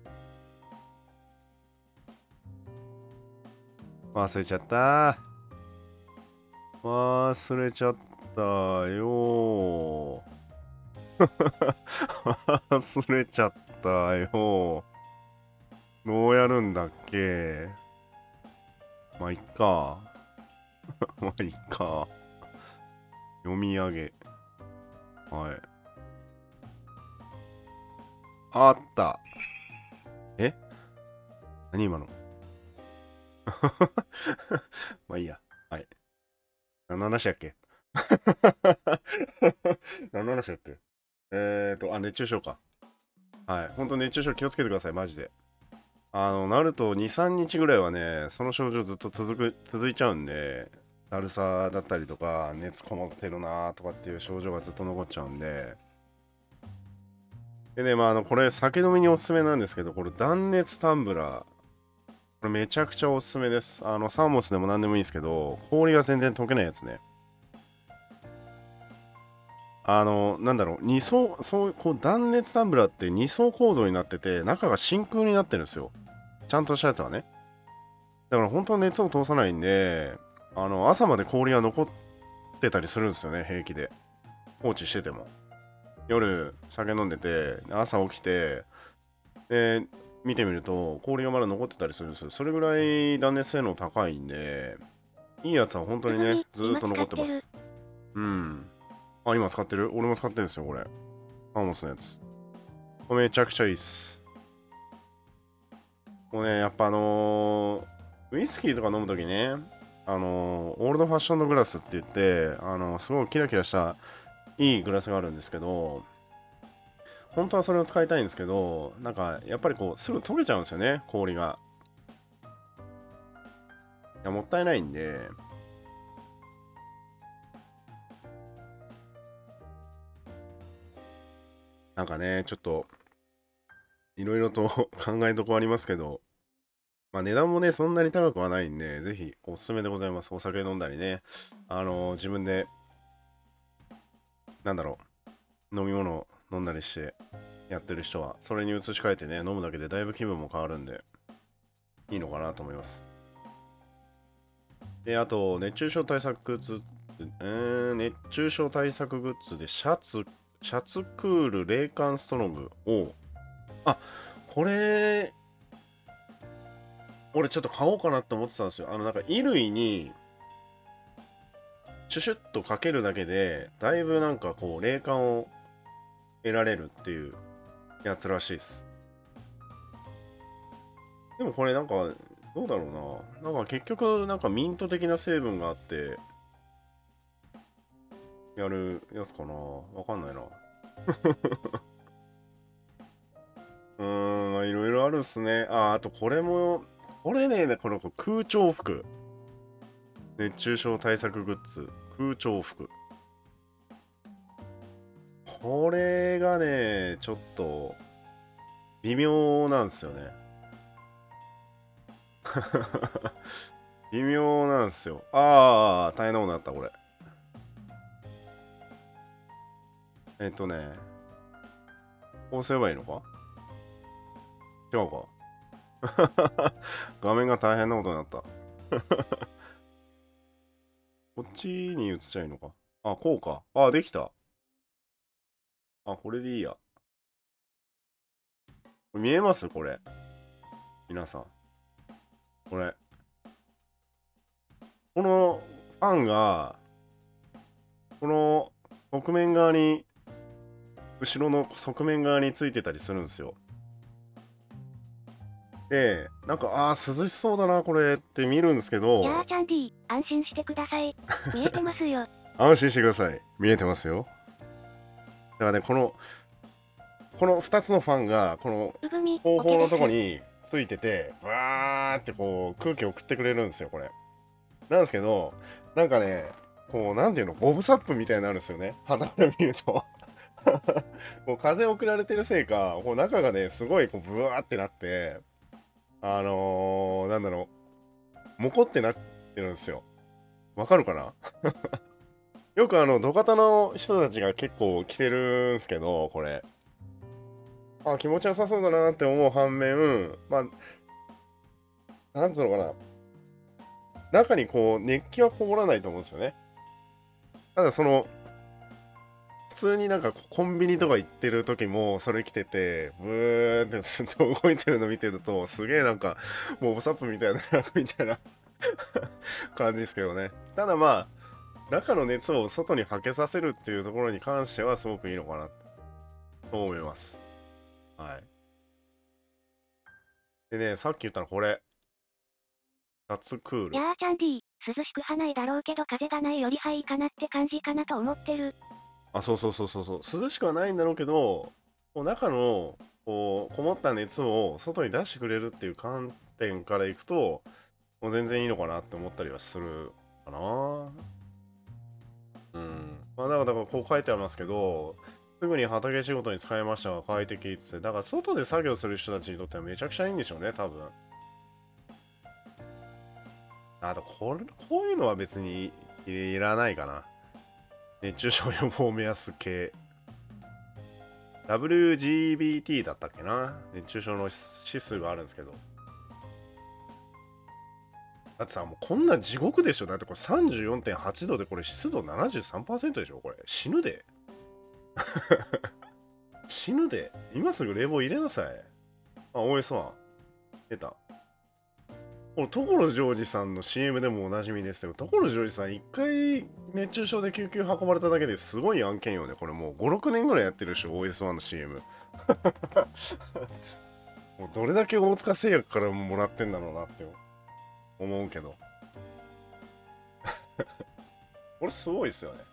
忘れちゃった。忘れちゃったよ。忘れちゃったよ。どうやるんだっけ？まあ、いっか。まあ、いっか。読み上げ。はい。あった。え？何今の？まあいいや。はい。何の話だっけ？何の話だっけ？えーと、あ、熱中症か。はい。ほんと熱中症気をつけてください、マジで。あの、なるとに、さんにちぐらいはね、その症状ずっと続く、続いちゃうんで、だるさだったりとか、熱こもってるなとかっていう症状がずっと残っちゃうんで。でね、まあ、あの、これ酒飲みにおすすめなんですけど、これ断熱タンブラー。これめちゃくちゃおすすめです。あの、サーモスでも何でもいいんですけど、氷が全然溶けないやつね。あの、なんだろう、二層、そう、こう断熱タンブラーって二層構造になってて、中が真空になってるんですよ。ちゃんとしたやつはね。だから本当は熱を通さないんで、あの、朝まで氷が残ってたりするんですよね、平気で。放置してても。夜、酒飲んでて、朝起きて、で、見てみると、氷がまだ残ってたりするんですよ。それぐらい断熱性能高いんで、いいやつは本当にね、ずーっと残ってます。うん。あ、今使ってる？俺も使ってるんですよ、これ。アーモスのやつ。これめちゃくちゃいいっす。もうね、やっぱあのーウイスキーとか飲むときね、あのーオールドファッションのグラスって言って、あのーすごいキラキラしたいいグラスがあるんですけど、本当はそれを使いたいんですけど、なんかやっぱりこうすぐ溶けちゃうんですよね、氷が。いや、もったいないんで、なんかね、ちょっといろいろと考えどこありますけど、まあ値段もね、そんなに高くはないんで、ぜひおすすめでございます。お酒飲んだりね、あのー自分で、なんだろう、飲み物を飲んだりしてやってる人は、それに移し替えてね、飲むだけでだいぶ気分も変わるんで、いいのかなと思います。で、あと、熱中症対策グッズ、えー、熱中症対策グッズで、シャツ、シャツクール冷感ストロングを、あ、これ、俺ちょっと買おうかなって思ってたんですよ。あの、なんか衣類に、シュシュッとかけるだけで、だいぶなんかこう、冷感を得られるっていうやつらしいです。 でもこれなんか、どうだろうな。なんか結局、なんかミント的な成分があって、やるやつかな。わかんないな。うーん、まあいろいろあるっすね。あ、あとこれも、これね、この空調服。熱中症対策グッズ。空調服。これがね、ちょっと、微妙なんですよね。微妙なんですよ。ああ、大変なことになった、これ。えっとね、こうすればいいのか違うか画面が大変なことになった。こっちに移っちゃいいのかあ、こうか。あ、できた。あ、これでいいや。見えますこれ。皆さん。これ。このファンが、この側面側に、後ろの側面側についてたりするんですよ。で、なんか、ああ、涼しそうだな、これって見るんですけど。 いやー、チャンディ、安心してください。見えてますよ。 安心してください。見えてますよ。だからね、この、このふたつのファンが、この後方のとこについてて、わーってこう空気を送ってくれるんですよ、これ。なんですけど、なんかね、こう、なんていうの、ボブサップみたいになるんですよね。肌から見ると。こう風送られてるせいか、こう中がね、すごいこうブワーってなって、あのー、なんだろう、モコってなってるんですよ。わかるかなよくあの、土方の人たちが結構着てるんすけど、これ。あ、気持ちよさそうだなって思う反面、まあ、なんつうのかな。中にこう、熱気はこもらないと思うんですよね。ただその、普通になんかコンビニとか行ってる時もそれ着てて、ブーンってずっと動いてるの見てると、すげえなんか、もうボサップみたいな、みたいな感じですけどね。ただまあ、中の熱を外に吐けさせるっていうところに関してはすごくいいのかなと思います。はい。でね、さっき言ったのこれ。夏クール。 いやー、チャンディ、涼しくはないだろうけど風がないよりはいいかなって感じかなと思ってる。 あ、そうそうそうそうそう。涼しくはないんだろうけど、こう中のこうこもった熱を外に出してくれるっていう観点からいくと、もう全然いいのかなって思ったりはするかな。うん。まあ、だから、だからこう書いてありますけど、すぐに畑仕事に使いましたが快適っつって、だから外で作業する人たちにとってはめちゃくちゃいいんでしょうね、多分。あと、これ、こういうのは別にいらないかな。熱中症予防目安系。ダブリュージービーティー だったっけな熱中症の指数があるんですけど。だってさ、もうこんな地獄でしょだってこれ さんじゅうよんてんはち 度でこれ湿度 ななじゅうさんパーセント でしょこれ。死ぬで。死ぬで。今すぐ冷房入れなさい。あ、オーエスワン。出た。この所ジョージさんの シーエム でもおなじみですけど、所ジョージさん一回熱中症で救急運ばれただけですごい案件よね。これもうご、ろくねんぐらいやってるでしょ オーエスワン の シーエム。もうどれだけ大塚製薬からもらってんだろうなって思うけど。これすごいですよね。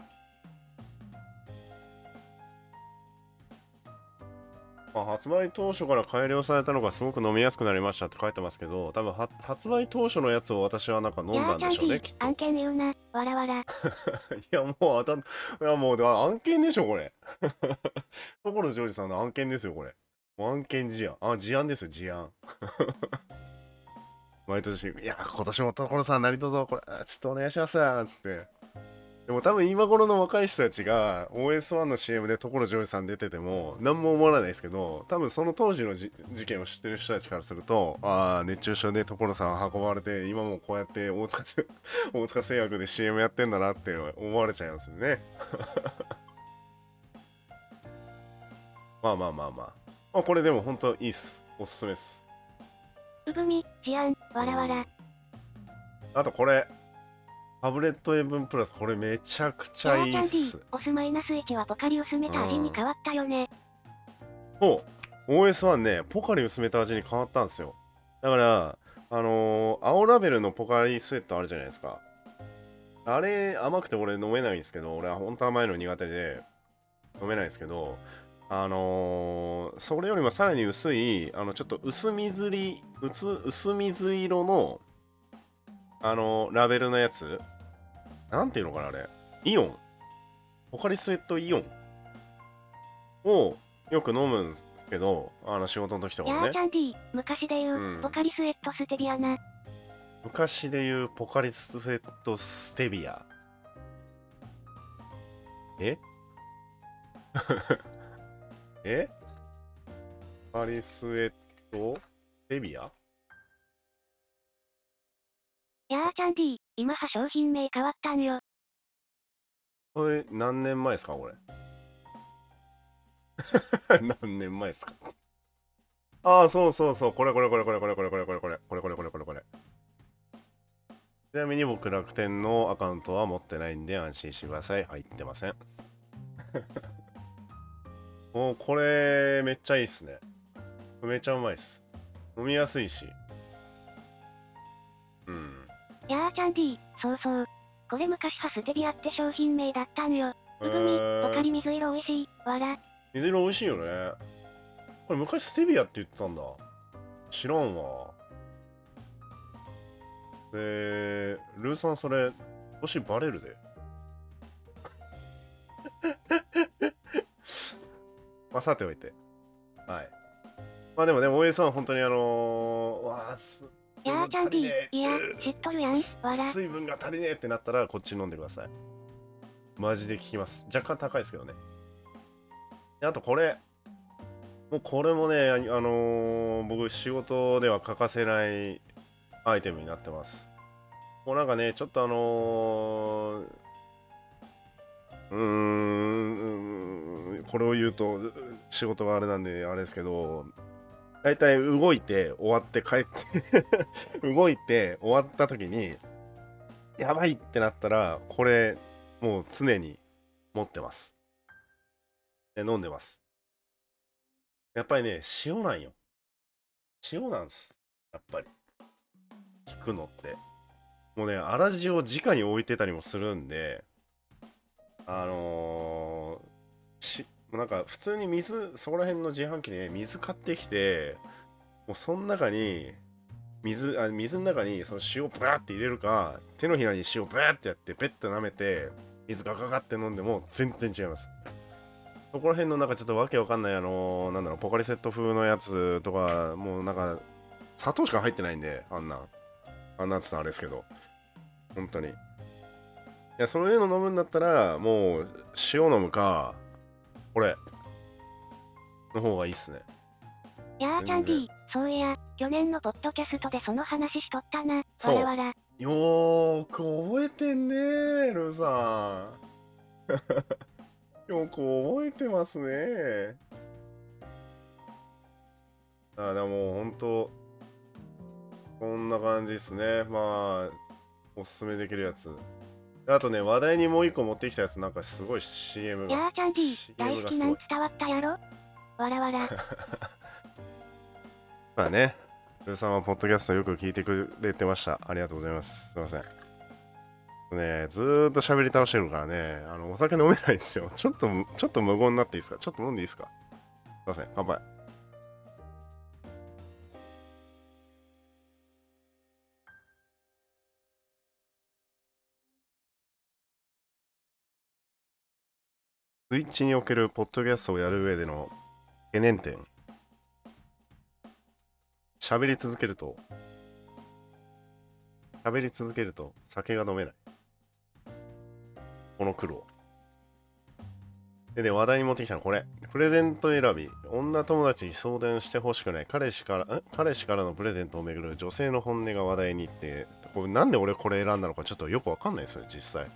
まあ、発売当初から改良されたのがすごく飲みやすくなりましたって書いてますけど、多分発売当初のやつを私はなんか飲んだんでしょうね、きっと。 案件言うな、わらわら。 いや、もう当たん、いや、もう案件でしょ、これ。所ジョージさんの案件ですよ、これ。もう案件事案。あ、事案ですよ、事案。毎年、いや、今年も所さん、何卒これ、ちょっとお願いしますつって。でも多分今頃の若い人たちが オーエスワン の シーエム で所ジョージさん出てても何も思わないですけど、多分その当時の事件を知ってる人たちからすると、ああ、熱中症で所さん運ばれて、今もこうやって大塚大塚製薬で シーエム やってんだなって思われちゃいますよね。まあまあまあまあ。まあこれでも本当いいっす。おすすめっす。 うぶみ、事案、わらわら。 あとこれ。タブレットエブンプラス、これめちゃくちゃいいっす。 オスマイナスいちはポカリ薄めた味に変わったよね。 そう。オーエスワン ね、ポカリ薄めた味に変わったんですよ。 だから、あのー青ラベルのポカリスエットあるじゃないですか。あれ、甘くて俺飲めないんですけど、俺は本当甘いの苦手で飲めないですけど、あのーそれよりもさらに薄い、あの、ちょっと薄水り、薄、薄水色の、あのーラベルのやつ、なんていうのかな、あれ。イオン。ポカリスエットイオンをよく飲むんですけど、あの、仕事の時とかもね。 やーチャンディ、昔で言う、 うんポカリスエットステビアな。 昔で言うポカリスエットステビア。ええポカリスエットステビアやーチャンディ、今は商品名変わったんよ。 これ何年前ですかこれ。何年前ですか。ああ、そうそうそう。これこれこれこれこれこれこれこれこれこれこれこれこれこれ。ちなみに僕楽天のアカウントは持ってないんで安心してください。入ってません。もうこれめっちゃいいっすね。めっちゃうまいっす。飲みやすいし。うん。 やーチャンディ、そうそう。これ昔はステビアって商品名だったんよ。 えうぐみ、ポカリー、 水色美味しい、わら。 水色美味しいよね。これ昔ステビアって言ってたんだ。知らんわ。で、ルーさんそれ、年バレるで。まあ、さておいて。はい。まあでもね、大江さん、本当にあのー、わあ、す、水分やーチャンディ、 足りねいや、 え。 知っとるやん、 すわら。 水分が足りねえってなったら、こっち飲んでください。マジで効きます。若干高いですけどね。であとこれ。もうこれもね、あのー僕仕事では欠かせないアイテムになってます。もうなんかね、ちょっとあのー、うーん、これを言うと仕事があれなんであれですけど、大体動いて終わって帰って動いて終わった時に、やばいってなったら、これもう常に持ってます。で飲んでます。やっぱりね、塩なんよ。塩なんす。やっぱり。効くのって。もうね、粗塩を直に置いてたりもするんで、あのー、し、なんか普通に水、そこら辺の自販機で水買ってきて、もうその中に、水、あ水の中にその塩ブワーって入れるか、手のひらに塩ブワーってやって、ペッと舐めて、水ガガガって飲んでも全然違います。そこら辺のなんかちょっとわけわかんない、あのー、なんだろう、ポカリセット風のやつとか、もうなんか、砂糖しか入ってないんで、あんな、あんなっつったらあれですけど、本当に。いや、そういうの飲むんだったら、もう、塩飲むか、これ、の方がいいっすね。 やーチャン全然。 ディ、そういや、去年のポッドキャストでその話しとったな、 そう。 わらわら。 よーく覚えてんねー、ルーさん。よく覚えてますね。あ、でももうほんと、こんな感じですね。まあ、おすすめできるやつ。あとね、話題にもう一個持ってきたやつ、なんかすごい シーエム が。 やーチャンディ、大シーエム好きなんがすごい。 伝わったやろわらわら。 まあね、ルーさんはポッドキャストよく聞いてくれてました。ありがとうございます。すいません。ね、ずーっと喋り倒してるからね、あの、お酒飲めないんですよ。ちょっと、ちょっと無言になっていいですか？ちょっと飲んでいいですか？すいません。乾杯。スイッチにおけるポッドキャストをやる上での懸念点。喋り続けると、喋り続けると酒が飲めない。この苦労。でね、話題に持ってきたのこれ。プレゼント選び。女友達に相談してほしくない。彼氏から、ん彼氏からのプレゼントをめぐる女性の本音が話題にって、これなんで俺これ選んだのかちょっとよくわかんないですよ、実際。い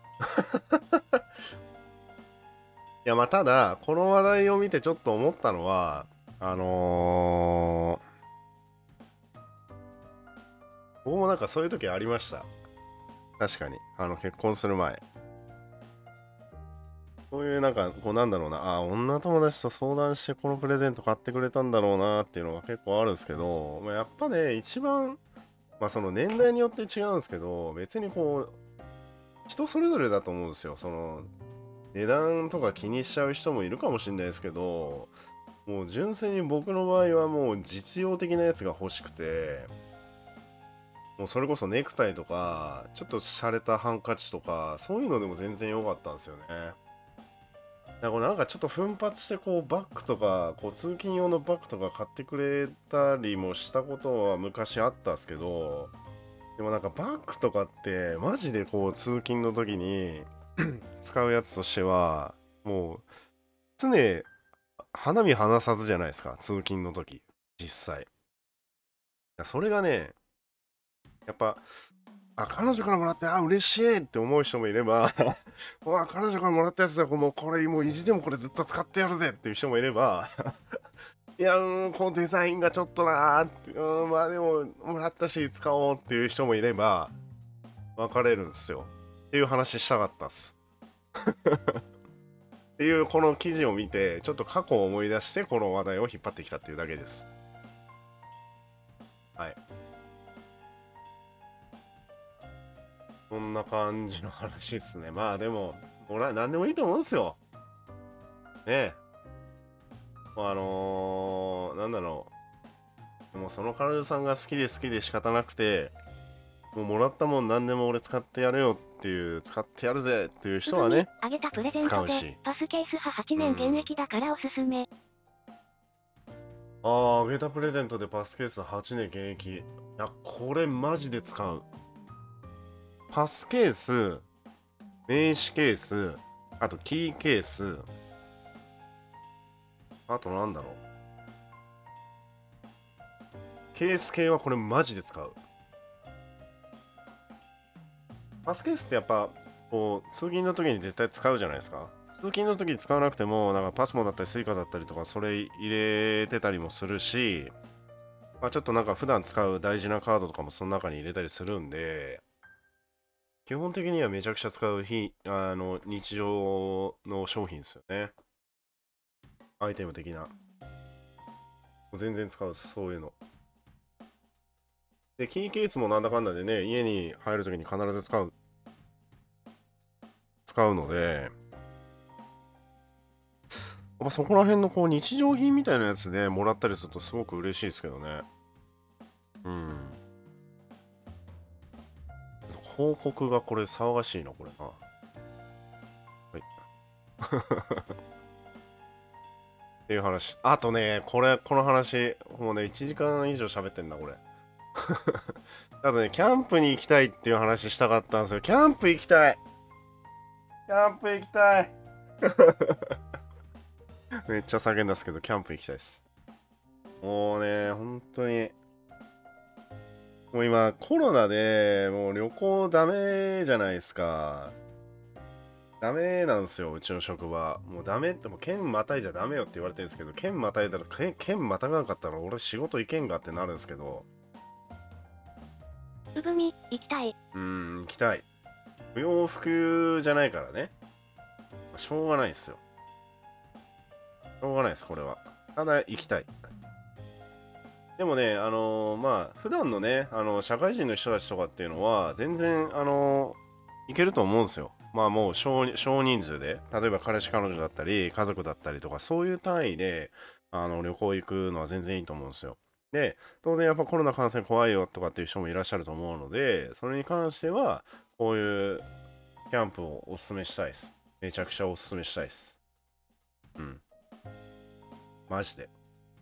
や、まあ、ただ、この話題を見てちょっと思ったのは、あのー、僕もなんかそういう時ありました。確かに。あの、結婚する前。 そういうなんか、こうなんだろうな、ああ、女友達と相談してこのプレゼント買ってくれたんだろうなっていうのが結構あるんですけど、まあ、やっぱね、一番、まあその年代によって違うんですけど、別にこう、人それぞれだと思うんですよ。その、値段とか気にしちゃう人もいるかもしれないですけど、もう純粋に僕の場合はもう実用的なやつが欲しくて、もうそれこそネクタイとか、ちょっと洒落たハンカチとか、そういうのでも全然良かったんですよね。だからなんかちょっと奮発してこうバッグとか、こう通勤用のバッグとか買ってくれたりもしたことは昔あったんですけど、でもなんかバッグとかってマジでこう通勤の時に使うやつとしては、もう常花見離さずじゃないですか、通勤の時、実際。いやそれがね、やっぱ、あ、彼女からもらって、あ、嬉しいって思う人もいれば、うわ、彼女からもらったやつだ、もうこれ、もう意地でもこれずっと使ってやるぜっていう人もいれば、いや、うーん、このデザインがちょっとなーって、うーん、まあでも、もらったし、使おうっていう人もいれば、分かれるんですよ。っていう話したかったっす。っていう、この記事を見て、ちょっと過去を思い出して、この話題を引っ張ってきたっていうだけです。はい。そんな感じの話ですね。まあでも、もら、なんでもいいと思うんですよ。ねえ。あのー、なんだろう。もうその彼女さんが好きで好きで仕方なくて、もうもらったもん何でも俺使ってやるよっていう、使ってやるぜっていうすぐに人はね、 あげたプレゼントで、 使うし。 パスケース派はちねん現役だからおすすめ。 ああ、あげたプレゼントでパスケースはちねん現役。いや、これマジで使う。パスケース、名刺ケース、あとキーケース、あとなんだろう。ケース系はこれマジで使う。パスケースってやっぱ、こう、通勤の時に絶対使うじゃないですか。通勤の時に使わなくても、なんかパスモだったりスイカだったりとか、それ入れてたりもするし、まあ、ちょっとなんか普段使う大事なカードとかもその中に入れたりするんで、基本的にはめちゃくちゃ使う日、あの、日常の商品ですよね。アイテム的な。全然使う、そういうの。で、キーケースもなんだかんだでね、家に入るときに必ず使う、使うので、やっぱそこら辺のこう日常品みたいなやつでもらったりするとすごく嬉しいですけどね。うん。広告がこれ騒がしいな、これな。はい。っていう話。あとね、これ、この話、もうね、いちじかん以上喋ってんだ、これ。あとね、キャンプに行きたいっていう話したかったんですよ。キャンプ行きたい。キャンプ行きたい。めっちゃ叫んだんですけど、キャンプ行きたいです。もうね、本当に。もう今、コロナでもう旅行ダメじゃないですか。ダメなんですよ、うちの職場。もうダメって、もう県またいじゃダメよって言われてるんですけど、県またいだら、県県またがなかったら俺仕事行けんがってなるんですけど、 うぶみ、行きたい。 うーん、行きたい。不要不急じゃないからね。しょうがないですよ。しょうがないです、これは。ただ、行きたい。でもね、あのーまあ、普段のね、あの社会人の人たちとかっていうのは、全然、あのーいけると思うんですよ。まあ、もう少、少人数で、例えば彼氏、彼女だったり、家族だったりとか、そういう単位で、あの、旅行行くのは全然いいと思うんですよ。で、当然やっぱコロナ感染怖いよとかっていう人もいらっしゃると思うので、それに関しては、こういうキャンプをおすすめしたいです。めちゃくちゃおすすめしたいです。うん。マジで。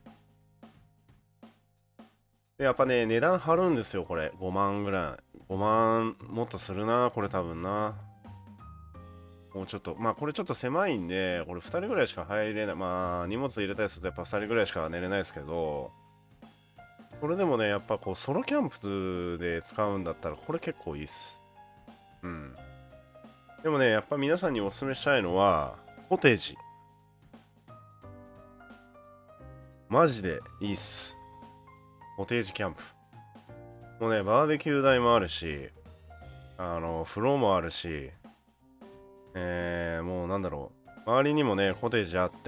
で、やっぱね、値段張るんですよ、これ。ごまんぐらい。ごまんもっとするな、これ多分な。もうちょっと、まあこれちょっと狭いんで、これふたりぐらいしか入れない。まあ荷物入れたりするとやっぱふたりぐらいしか寝れないですけど、これでもね、やっぱこうソロキャンプで使うんだったらこれ結構いいっす。うん。でもね、やっぱ皆さんにお勧めしたいのは、コテージ。マジでいいっす。コテージキャンプ。もうね、バーベキュー台もあるし、あの、風呂もあるし、えー、もうなんだろう。 周りにもね、コテージあって、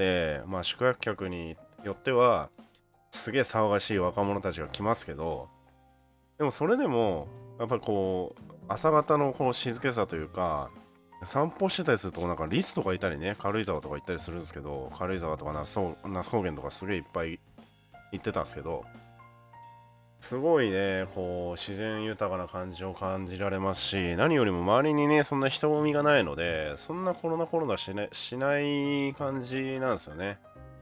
まあ宿泊客によっては、すげえ騒がしい若者たちが来ますけど、でもそれでも、やっぱりこう、朝方のこの静けさというか、散歩してたりすると、なんかリスとかいたりね、軽井沢とか行ったりするんですけど、軽井沢とか那須那須高原とかすげえいっぱい行ってたんですけど、すごいね、こう、自然豊かな感じを感じられますし、何よりも周りにね、そんな人混みがないので、そんなコロナコロナしないしない感じなんですよね。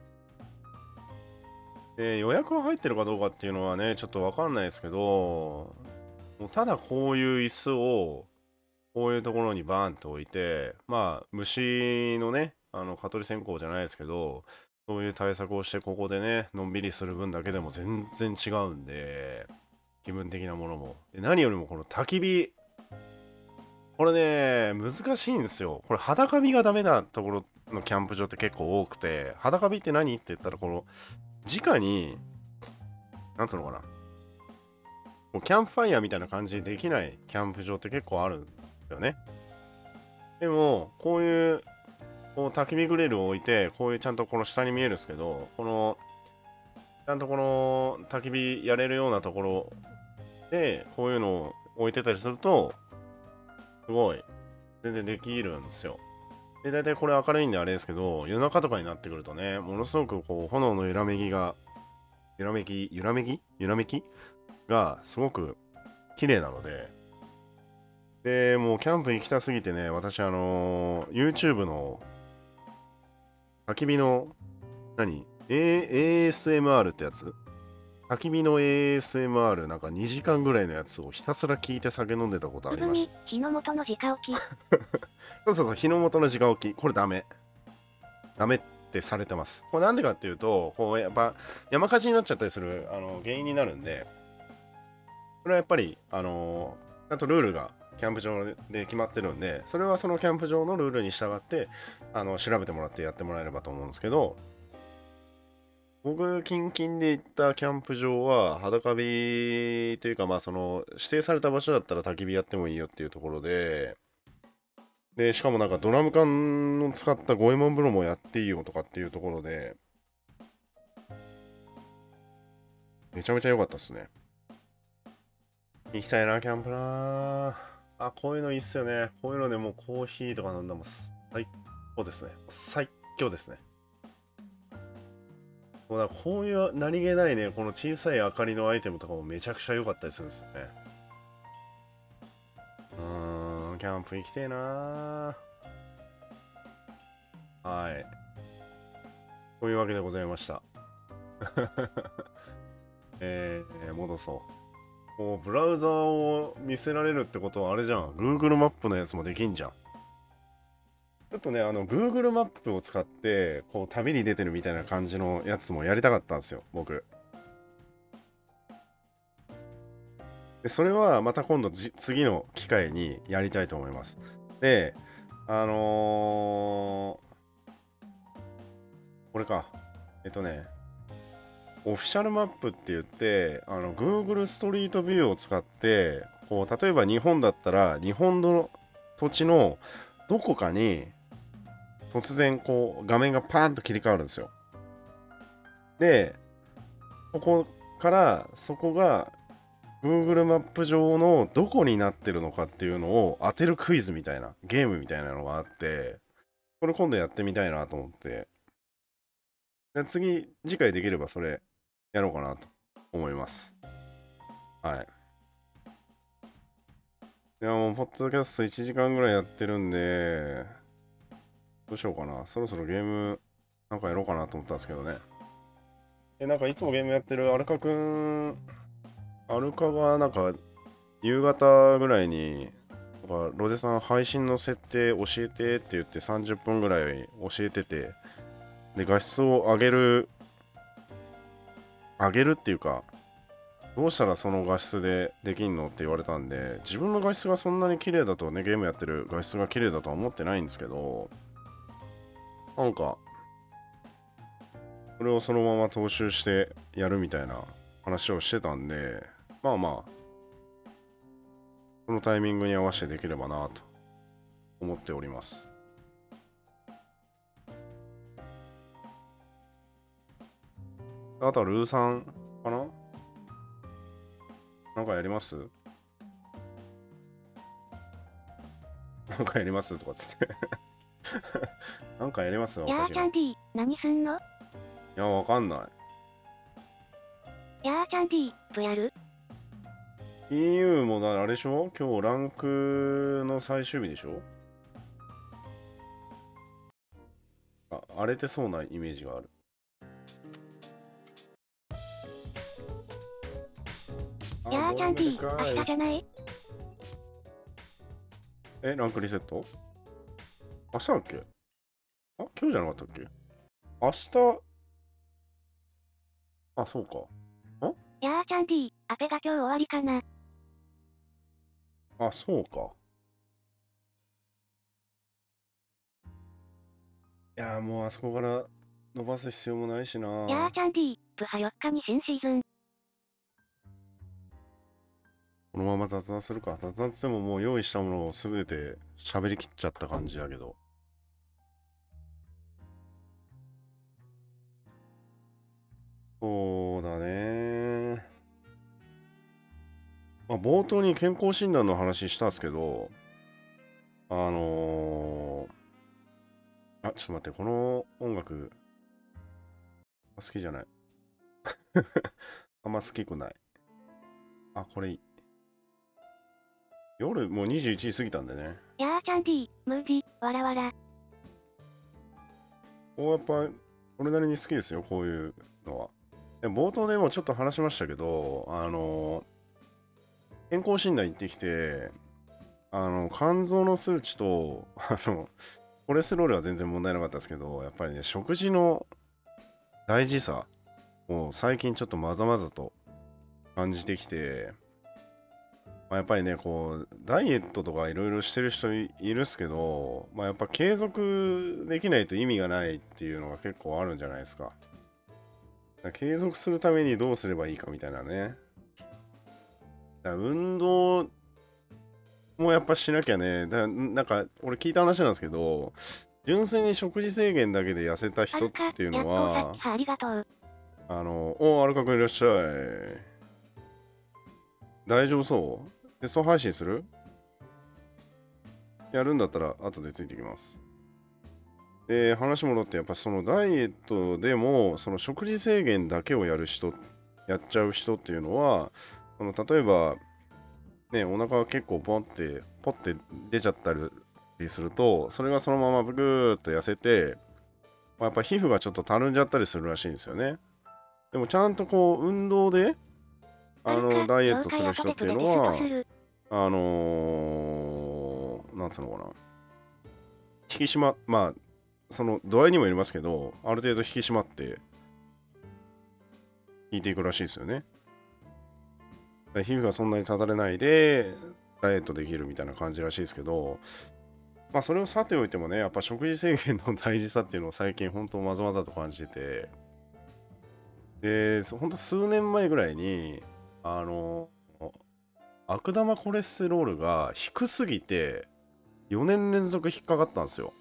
で、予約が入ってるかどうかっていうのはね、ちょっとわかんないですけど、もうただこういう椅子を、こういうところにバーンと置いて、まあ、虫のね、あの、蚊取り線香じゃないですけど、そういう対策をして、ここでね、のんびりする分だけでも全然違うんで、気分的なものも。で、何よりもこの焚き火、これね、難しいんですよ。これ裸火がダメなところのキャンプ場って結構多くて、裸火って何って言ったら、この、直に、なんつうのかな、もうキャンプファイヤーみたいな感じでできないキャンプ場って結構あるんですよね。でも、こういう、こう焚き火グリルを置いて、こういうちゃんとこの下に見えるんですけど、この、ちゃんとこの焚き火やれるようなところで、こういうのを置いてたりすると、すごい、全然できるんですよ。で、大体これ明るいんであれですけど、夜中とかになってくるとね、ものすごくこう、炎の揺らめきが、揺らめき、揺らめき揺らめきがすごく綺麗なので、で、もうキャンプ行きたすぎてね、私あのー YouTube の焚き火の、何 A- エーエスエムアール ってやつ焚き火の エーエスエムアール なんかにじかんぐらいのやつをひたすら聞いて酒飲んでたことあすぐにりまし火の元の直起き。 た。そうそうそう、日の元の直起き。これダメ。ダメってされてます。これなんでかっていうと、こうやっぱ山火事になっちゃったりするあの原因になるんで、これはやっぱり、あのーちゃんとルールがキャンプ場で決まってるんで、それはそのキャンプ場のルールに従って、あの、調べてもらってやってもらえればと思うんですけど、僕、近々で行ったキャンプ場は、裸火というか、まあ、その、指定された場所だったら焚き火やってもいいよっていうところで、で、しかもなんかドラム缶を使った五右衛門風呂もやっていいよとかっていうところで、めちゃめちゃ良かったっすね。行きたいな、キャンプな。あ、こういうのいいっすよね。こういうのでもうコーヒーとか飲んだらもう最高ですね。最強ですね。もうだからこういう何気ないね、この小さい明かりのアイテムとかもめちゃくちゃ良かったりするんですよね。うーん、キャンプ行きてえな。はい。というわけでございました。えー、戻そう。もうブラウザーを見せられるってことはあれじゃん。Google マップのやつもできんじゃん。ちょっとね、あの、Google マップを使って、こう、旅に出てるみたいな感じのやつもやりたかったんですよ、僕。で、それはまた今度じ、次の機会にやりたいと思います。で、あのーこれか。えっとね、オフィシャルマップって言って、あの、Google ストリートビューを使って、こう、例えば日本だったら、日本の土地のどこかに、突然、こう、画面がパーンと切り替わるんですよ。で、ここからそこが Google マップ上のどこになってるのかっていうのを当てるクイズみたいなゲームみたいなのがあって、これ今度やってみたいなと思って、で次、次回できればそれやろうかなと思います。はい。いやもう、ポッドキャストいちじかんぐらいやってるんで、どうしようかな。そろそろゲームなんかやろうかなと思ったんですけどね。え、なんかいつもゲームやってるアルカくん、アルカがなんか夕方ぐらいに、なんかロゼさん配信の設定教えてって言ってさんじゅっぷんぐらい教えてて、で、画質を上げる、上げるっていうか、どうしたらその画質でできんのって言われたんで、自分の画質がそんなに綺麗だとね、ゲームやってる画質が綺麗だとは思ってないんですけど、なんか、それをそのまま踏襲してやるみたいな話をしてたんで、まあまあ、そのタイミングに合わせてできればなと思っております。 あとはルーさんかな。なんかやります？なんかやりますとかつって。なんかやりますおやーかしいな。いちゃん D、何すんの？ や、わかんない。 やーちゃん D、プやる？ イーユー もだ、あれでしょ？今日ランクの最終日でしょ？あ、荒れてそうなイメージがある。あ、 やーちゃんボーリン D、 グかい。 明日じゃない？ え、ランクリセット明日だっけ？あ、今日じゃなかったっけ？明日、あ、そうか。 やーちゃん D、アペが今日終わりかな。 あ、そうか。いやー、もうあそこから伸ばす必要もないしな。 やーちゃん D、プハよっかに新シーズン。 このまま雑談するか。雑談ってももう用意したものをすべて喋りきっちゃった感じだけど。そうだね。まあ、冒頭に健康診断の話したんですけど、あのー、あ、ちょっと待って、この音楽、好きじゃない。あんま好きくない。あ、これいい。夜もうにじゅういちじ過ぎたんでね。 やーちゃん D、ムーディ、わらわら。 こうやっぱ、俺なりに好きですよ、こういうのは。で冒頭でもちょっと話しましたけど、あのー、健康診断行ってきて、あの、肝臓の数値と、あの、コレステロールは全然問題なかったですけど、やっぱりね、食事の大事さを最近ちょっとまざまざと感じてきて、まあ、やっぱりね、こう、ダイエットとかいろいろしてる人いるっすけど、まあ、やっぱ継続できないと意味がないっていうのが結構あるんじゃないですか。だから継続するためにどうすればいいかみたいなね。だから運動もやっぱしなきゃね、だなんか俺聞いた話なんですけど、純粋に食事制限だけで痩せたはるか、 人っていうやっとおさのは、 っきはありがとう。 あの、おアルカ君いらっしゃい。大丈夫そう？テスト配信する？やるんだったら後でついてきます。で、話戻って、やっぱそのダイエットでも、その食事制限だけをやる人、やっちゃう人っていうのは、その例えば、ね、お腹が結構ポンって、ポって出ちゃったりすると、それがそのままブクーっと痩せて、まあ、やっぱ皮膚がちょっとたるんじゃったりするらしいんですよね。でもちゃんとこう、運動で、あの、 はるか、 ダイエッ了解、 トする人っていう後でプレテのは、 ストする。 あのー、なんつうのかな。引き締ま、まあ、その度合いにもよりますけど、ある程度引き締まって効いていくらしいですよね。だから皮膚がそんなにただれないで、ダイエットできるみたいな感じらしいですけど、まあそれをさておいてもね、やっぱ食事制限の大事さっていうのを最近本当まざまざと感じてて、で、ほんと数年前ぐらいに、あの、悪玉コレステロールが低すぎて、よねん連続引っかかったんですよ。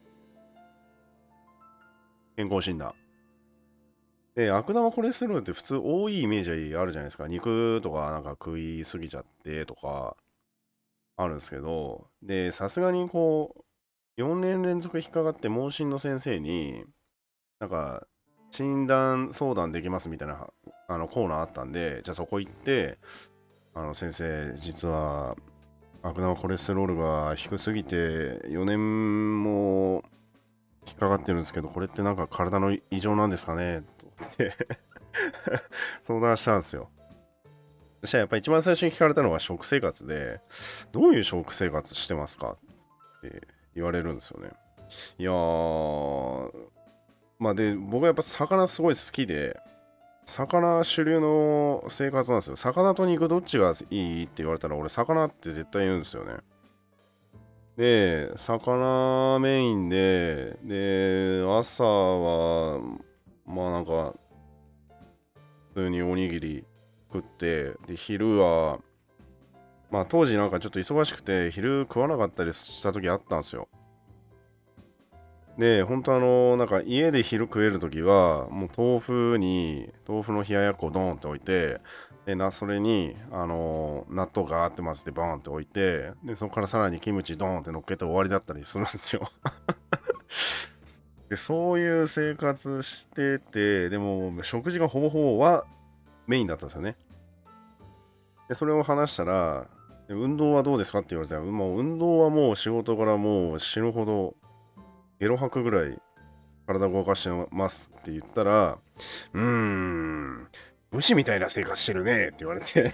健康診断。で、悪玉コレステロールって普通多いイメージあるじゃないですか。肉とかなんか食いすぎちゃってとかあるんですけど、で、さすがにこう、よねん連続引っかかって問診の先生に、なんか、診断相談できますみたいなあのコーナーあったんで、じゃあそこ行って、あの先生、実は悪玉コレステロールが低すぎてよねんも引っかかってるんですけど、これってなんか体の異常なんですかねと言って相談したんですよ。そしたらやっぱり一番最初に聞かれたのが食生活で、どういう食生活してますかって言われるんですよね。いやー、まあで、僕はやっぱ魚すごい好きで、魚主流の生活なんですよ。魚と肉どっちがいいって言われたら、俺魚って絶対言うんですよね。で、魚メインで、で、朝は、まあなんか、普通におにぎり食って、で、昼は、まあ当時なんかちょっと忙しくて、昼食わなかったりした時あったんですよ。 で、本当あの、なんか家で昼食えるときは、もう豆腐に、豆腐の冷ややっこをドーンって置いて、で、な、それに、あのー納豆ガーって混ぜてバーンって置いて、で、そこからさらにキムチドーンって乗っけて終わりだったりするんですよ。で、そういう生活してて、でも、食事がほぼほぼはメインだったんですよね。で、それを話したら、で運動はどうですかって言われて、もう運動はもう仕事からもう死ぬほどゲロ吐くぐらい体を動かしてますって言ったら、うーん、武士みたいな生活してるねって言われて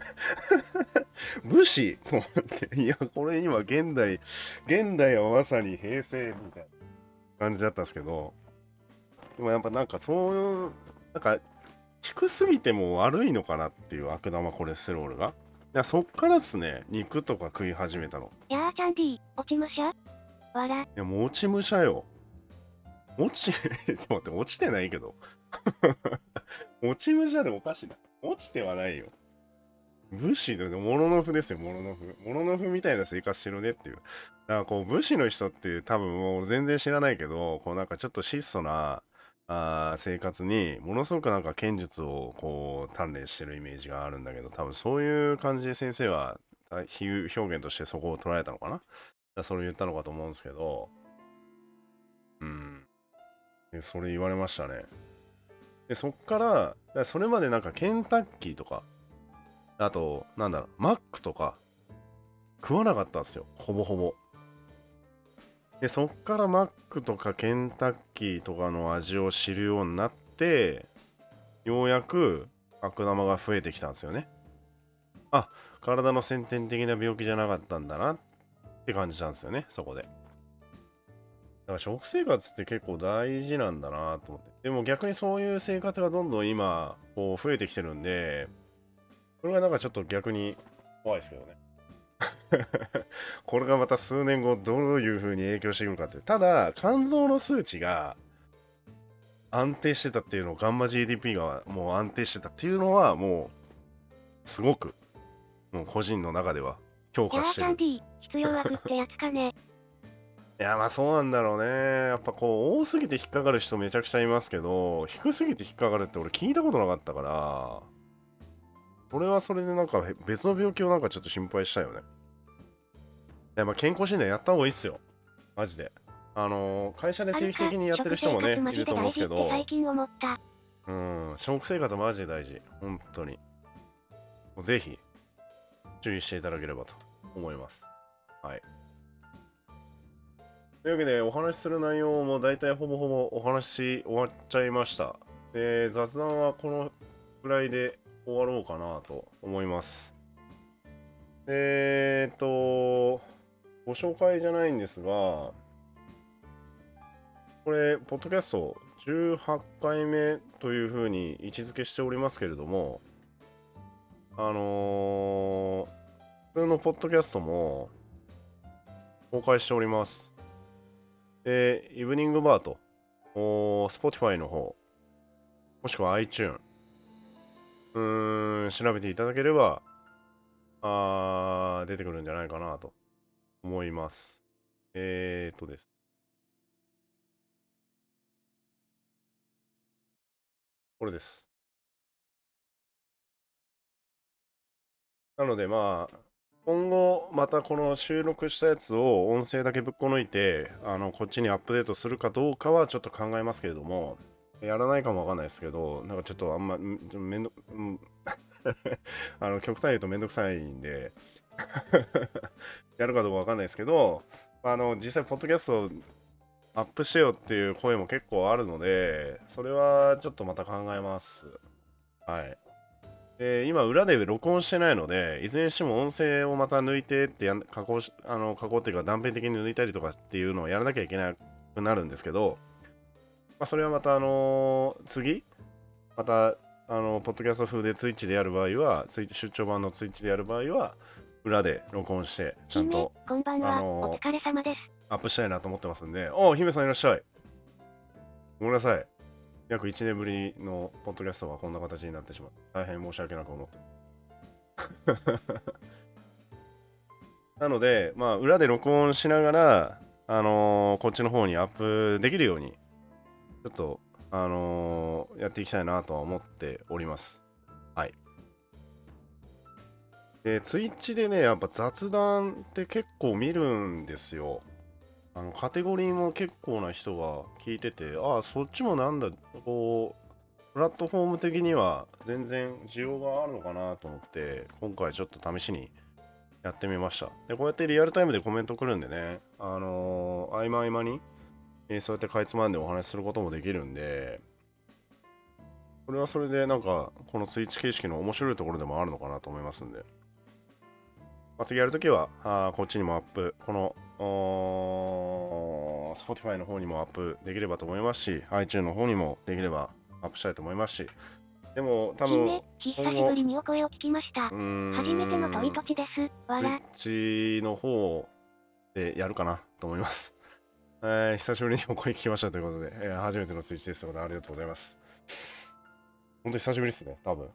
武士と思って、いや、これ今現代、現代はまさに平成みたいな感じだったんですけど、でもやっぱなんかそういう、なんか低すぎても悪いのかなっていう悪玉コレステロールが。いや、そっからっすね、肉とか食い始めたの。 やーチャンディ、落ち武者わら。 いや、もう落ち武者よ。落ち、ちょっと待って、落ちてないけど。落ち武者でおかしいな。落ちてはないよ。武士で、モノノフですよ、モノノフ。モノノフみたいな生活してるねっていう。だからこう、武士の人って多分もう全然知らないけど、こうなんかちょっと質素なあー生活に、ものすごくなんか剣術をこう、鍛錬してるイメージがあるんだけど、多分そういう感じで先生は比喩表現としてそこを捉えたのかな。だからそれを言ったのかと思うんですけど、うん。でそれ言われましたね。で、そっから、だからそれまでなんかケンタッキーとか、あと、なんだろう、マックとか食わなかったんですよ。ほぼほぼ。で、そっからマックとかケンタッキーとかの味を知るようになって、ようやく悪玉が増えてきたんですよね。あ、体の先天的な病気じゃなかったんだなって感じたんですよね、そこで。だから食生活って結構大事なんだなと思って。でも逆にそういう生活がどんどん今、こう増えてきてるんで、これがなんかちょっと逆に怖いですけどね。これがまた数年後どういう風に影響してくるかって。ただ、肝臓の数値が安定してたっていうの、ガンマ ジーディーピー がもう安定してたっていうのは、もう、すごく、もう個人の中では評やー価してる。 チャンディ、必要悪ってやつかね。 いや、まあそうなんだろうね。やっぱこう、多すぎて引っかかる人めちゃくちゃいますけど、低すぎて引っかかるって俺聞いたことなかったから、それはそれでなんか別の病気をなんかちょっと心配したよね。いや、まあ健康診断やった方がいいっすよ。マジで。あのー会社で定期あるか、 的にやってる食生人もね、 活マジでいると思うん大事ってですけど、 最近思った。 うん、食生活マジで大事。本当に。もうぜひ、注意していただければと思います。はい。というわけで、お話しする内容も大体ほぼほぼお話し終わっちゃいました。で、雑談はこのぐらいで終わろうかなと思います。えーっと、ご紹介じゃないんですが、これ、ポッドキャストじゅうはちかいめというふうに位置づけしておりますけれども、あのー、普通のポッドキャストも公開しております。で、イブニングバーと、お Spotify の方、もしくは iTunes、うーん、調べていただければ、あー出てくるんじゃないかなと思います。えーっとです。これです。なのでまあ、今後またこの収録したやつを音声だけぶっこ抜いて、あの、こっちにアップデートするかどうかはちょっと考えますけれども、やらないかもわかんないですけど、なんかちょっとあんま、んめんど、んあの、極端に言うとめんどくさいんでやるかどうかわかんないですけど、あの、実際、ポッドキャストアップしてよっていう声も結構あるので、それはちょっとまた考えます。はい。で、今、裏で録音してないので、いずれにしても音声をまた抜いてってやん加工し、あの、加工っていうか断片的に抜いたりとかっていうのをやらなきゃいけなくなるんですけど、まあ、それはまた、あのー次、また、あの、ポッドキャスト風でツイッチでやる場合は、ツイ出張版のツイッチでやる場合は、裏で録音して、ちゃん姫、 と、 こんばんは、 あのお疲れ様です。 アップしたいなと思ってますんで、お姫さんいらっしゃい。ごめんなさい。約いちねんぶりのポッドキャストがこんな形になってしまう。大変申し訳なく思ってなので、まあ、裏で録音しながら、 あのーこっちの方にアップできるように、ちょっと、あのーやっていきたいなとは思っております。はい。で、ツイッチでね、やっぱ雑談って結構見るんですよ。あの、カテゴリーも結構な人が聞いてて、ああ、そっちもなんだ、こう、プラットフォーム的には全然需要があるのかなと思って、今回ちょっと試しにやってみました。で、こうやってリアルタイムでコメント来るんでね、あのー合間合間に、えーそうやってかいつまんでお話しすることもできるんで、これはそれでなんか、このツイッチ形式の面白いところでもあるのかなと思いますんで、まあ、次やるときは、あこっちにもアップ、この、Spotify の方にもアップできればと思いますし、iTunes の方にもできればアップしたいと思いますし、でも多分、 姫、久しぶりにお声を聞きました。 うーん、 初めての問いとちです。わら。 Twitch の方でやるかなと思います。えー、久しぶりにお声聞きましたということで、えー初めての Twitch ですのでありがとうございます。本当に久しぶりですね、多分。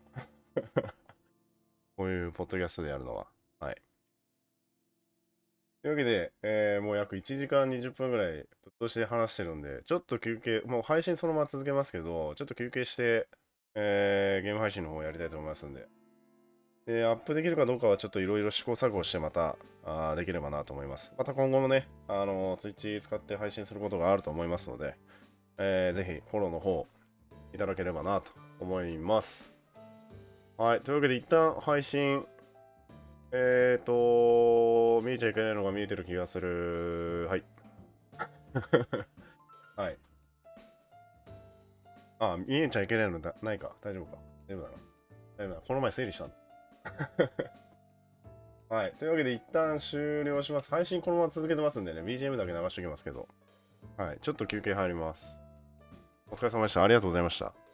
こういうポッドキャストでやるのは。はい。というわけで、えーもう約いちじかんにじゅっぷんぐらいぶっ通しで話してるんで、ちょっと休憩、もう配信そのまま続けますけど、ちょっと休憩して、えーゲーム配信の方をやりたいと思いますんで、で、アップできるかどうかはちょっといろいろ試行錯誤してまたあーできればなと思います。また今後もね、あのー、Twitch 使って配信することがあると思いますので、えーぜひフォローの方いただければなと思います。はい、というわけで一旦配信、えーと、見えちゃいけないのが見えてる気がする。はい。はい。あ、見えちゃいけないのだないか。大丈夫か。大丈夫だな。大丈夫だ。この前整理したんだ。はい。というわけで一旦終了します。配信このまま続けてますんでね、ビージーエム だけ流しておきますけど。はい。ちょっと休憩入ります。お疲れ様でした。ありがとうございました。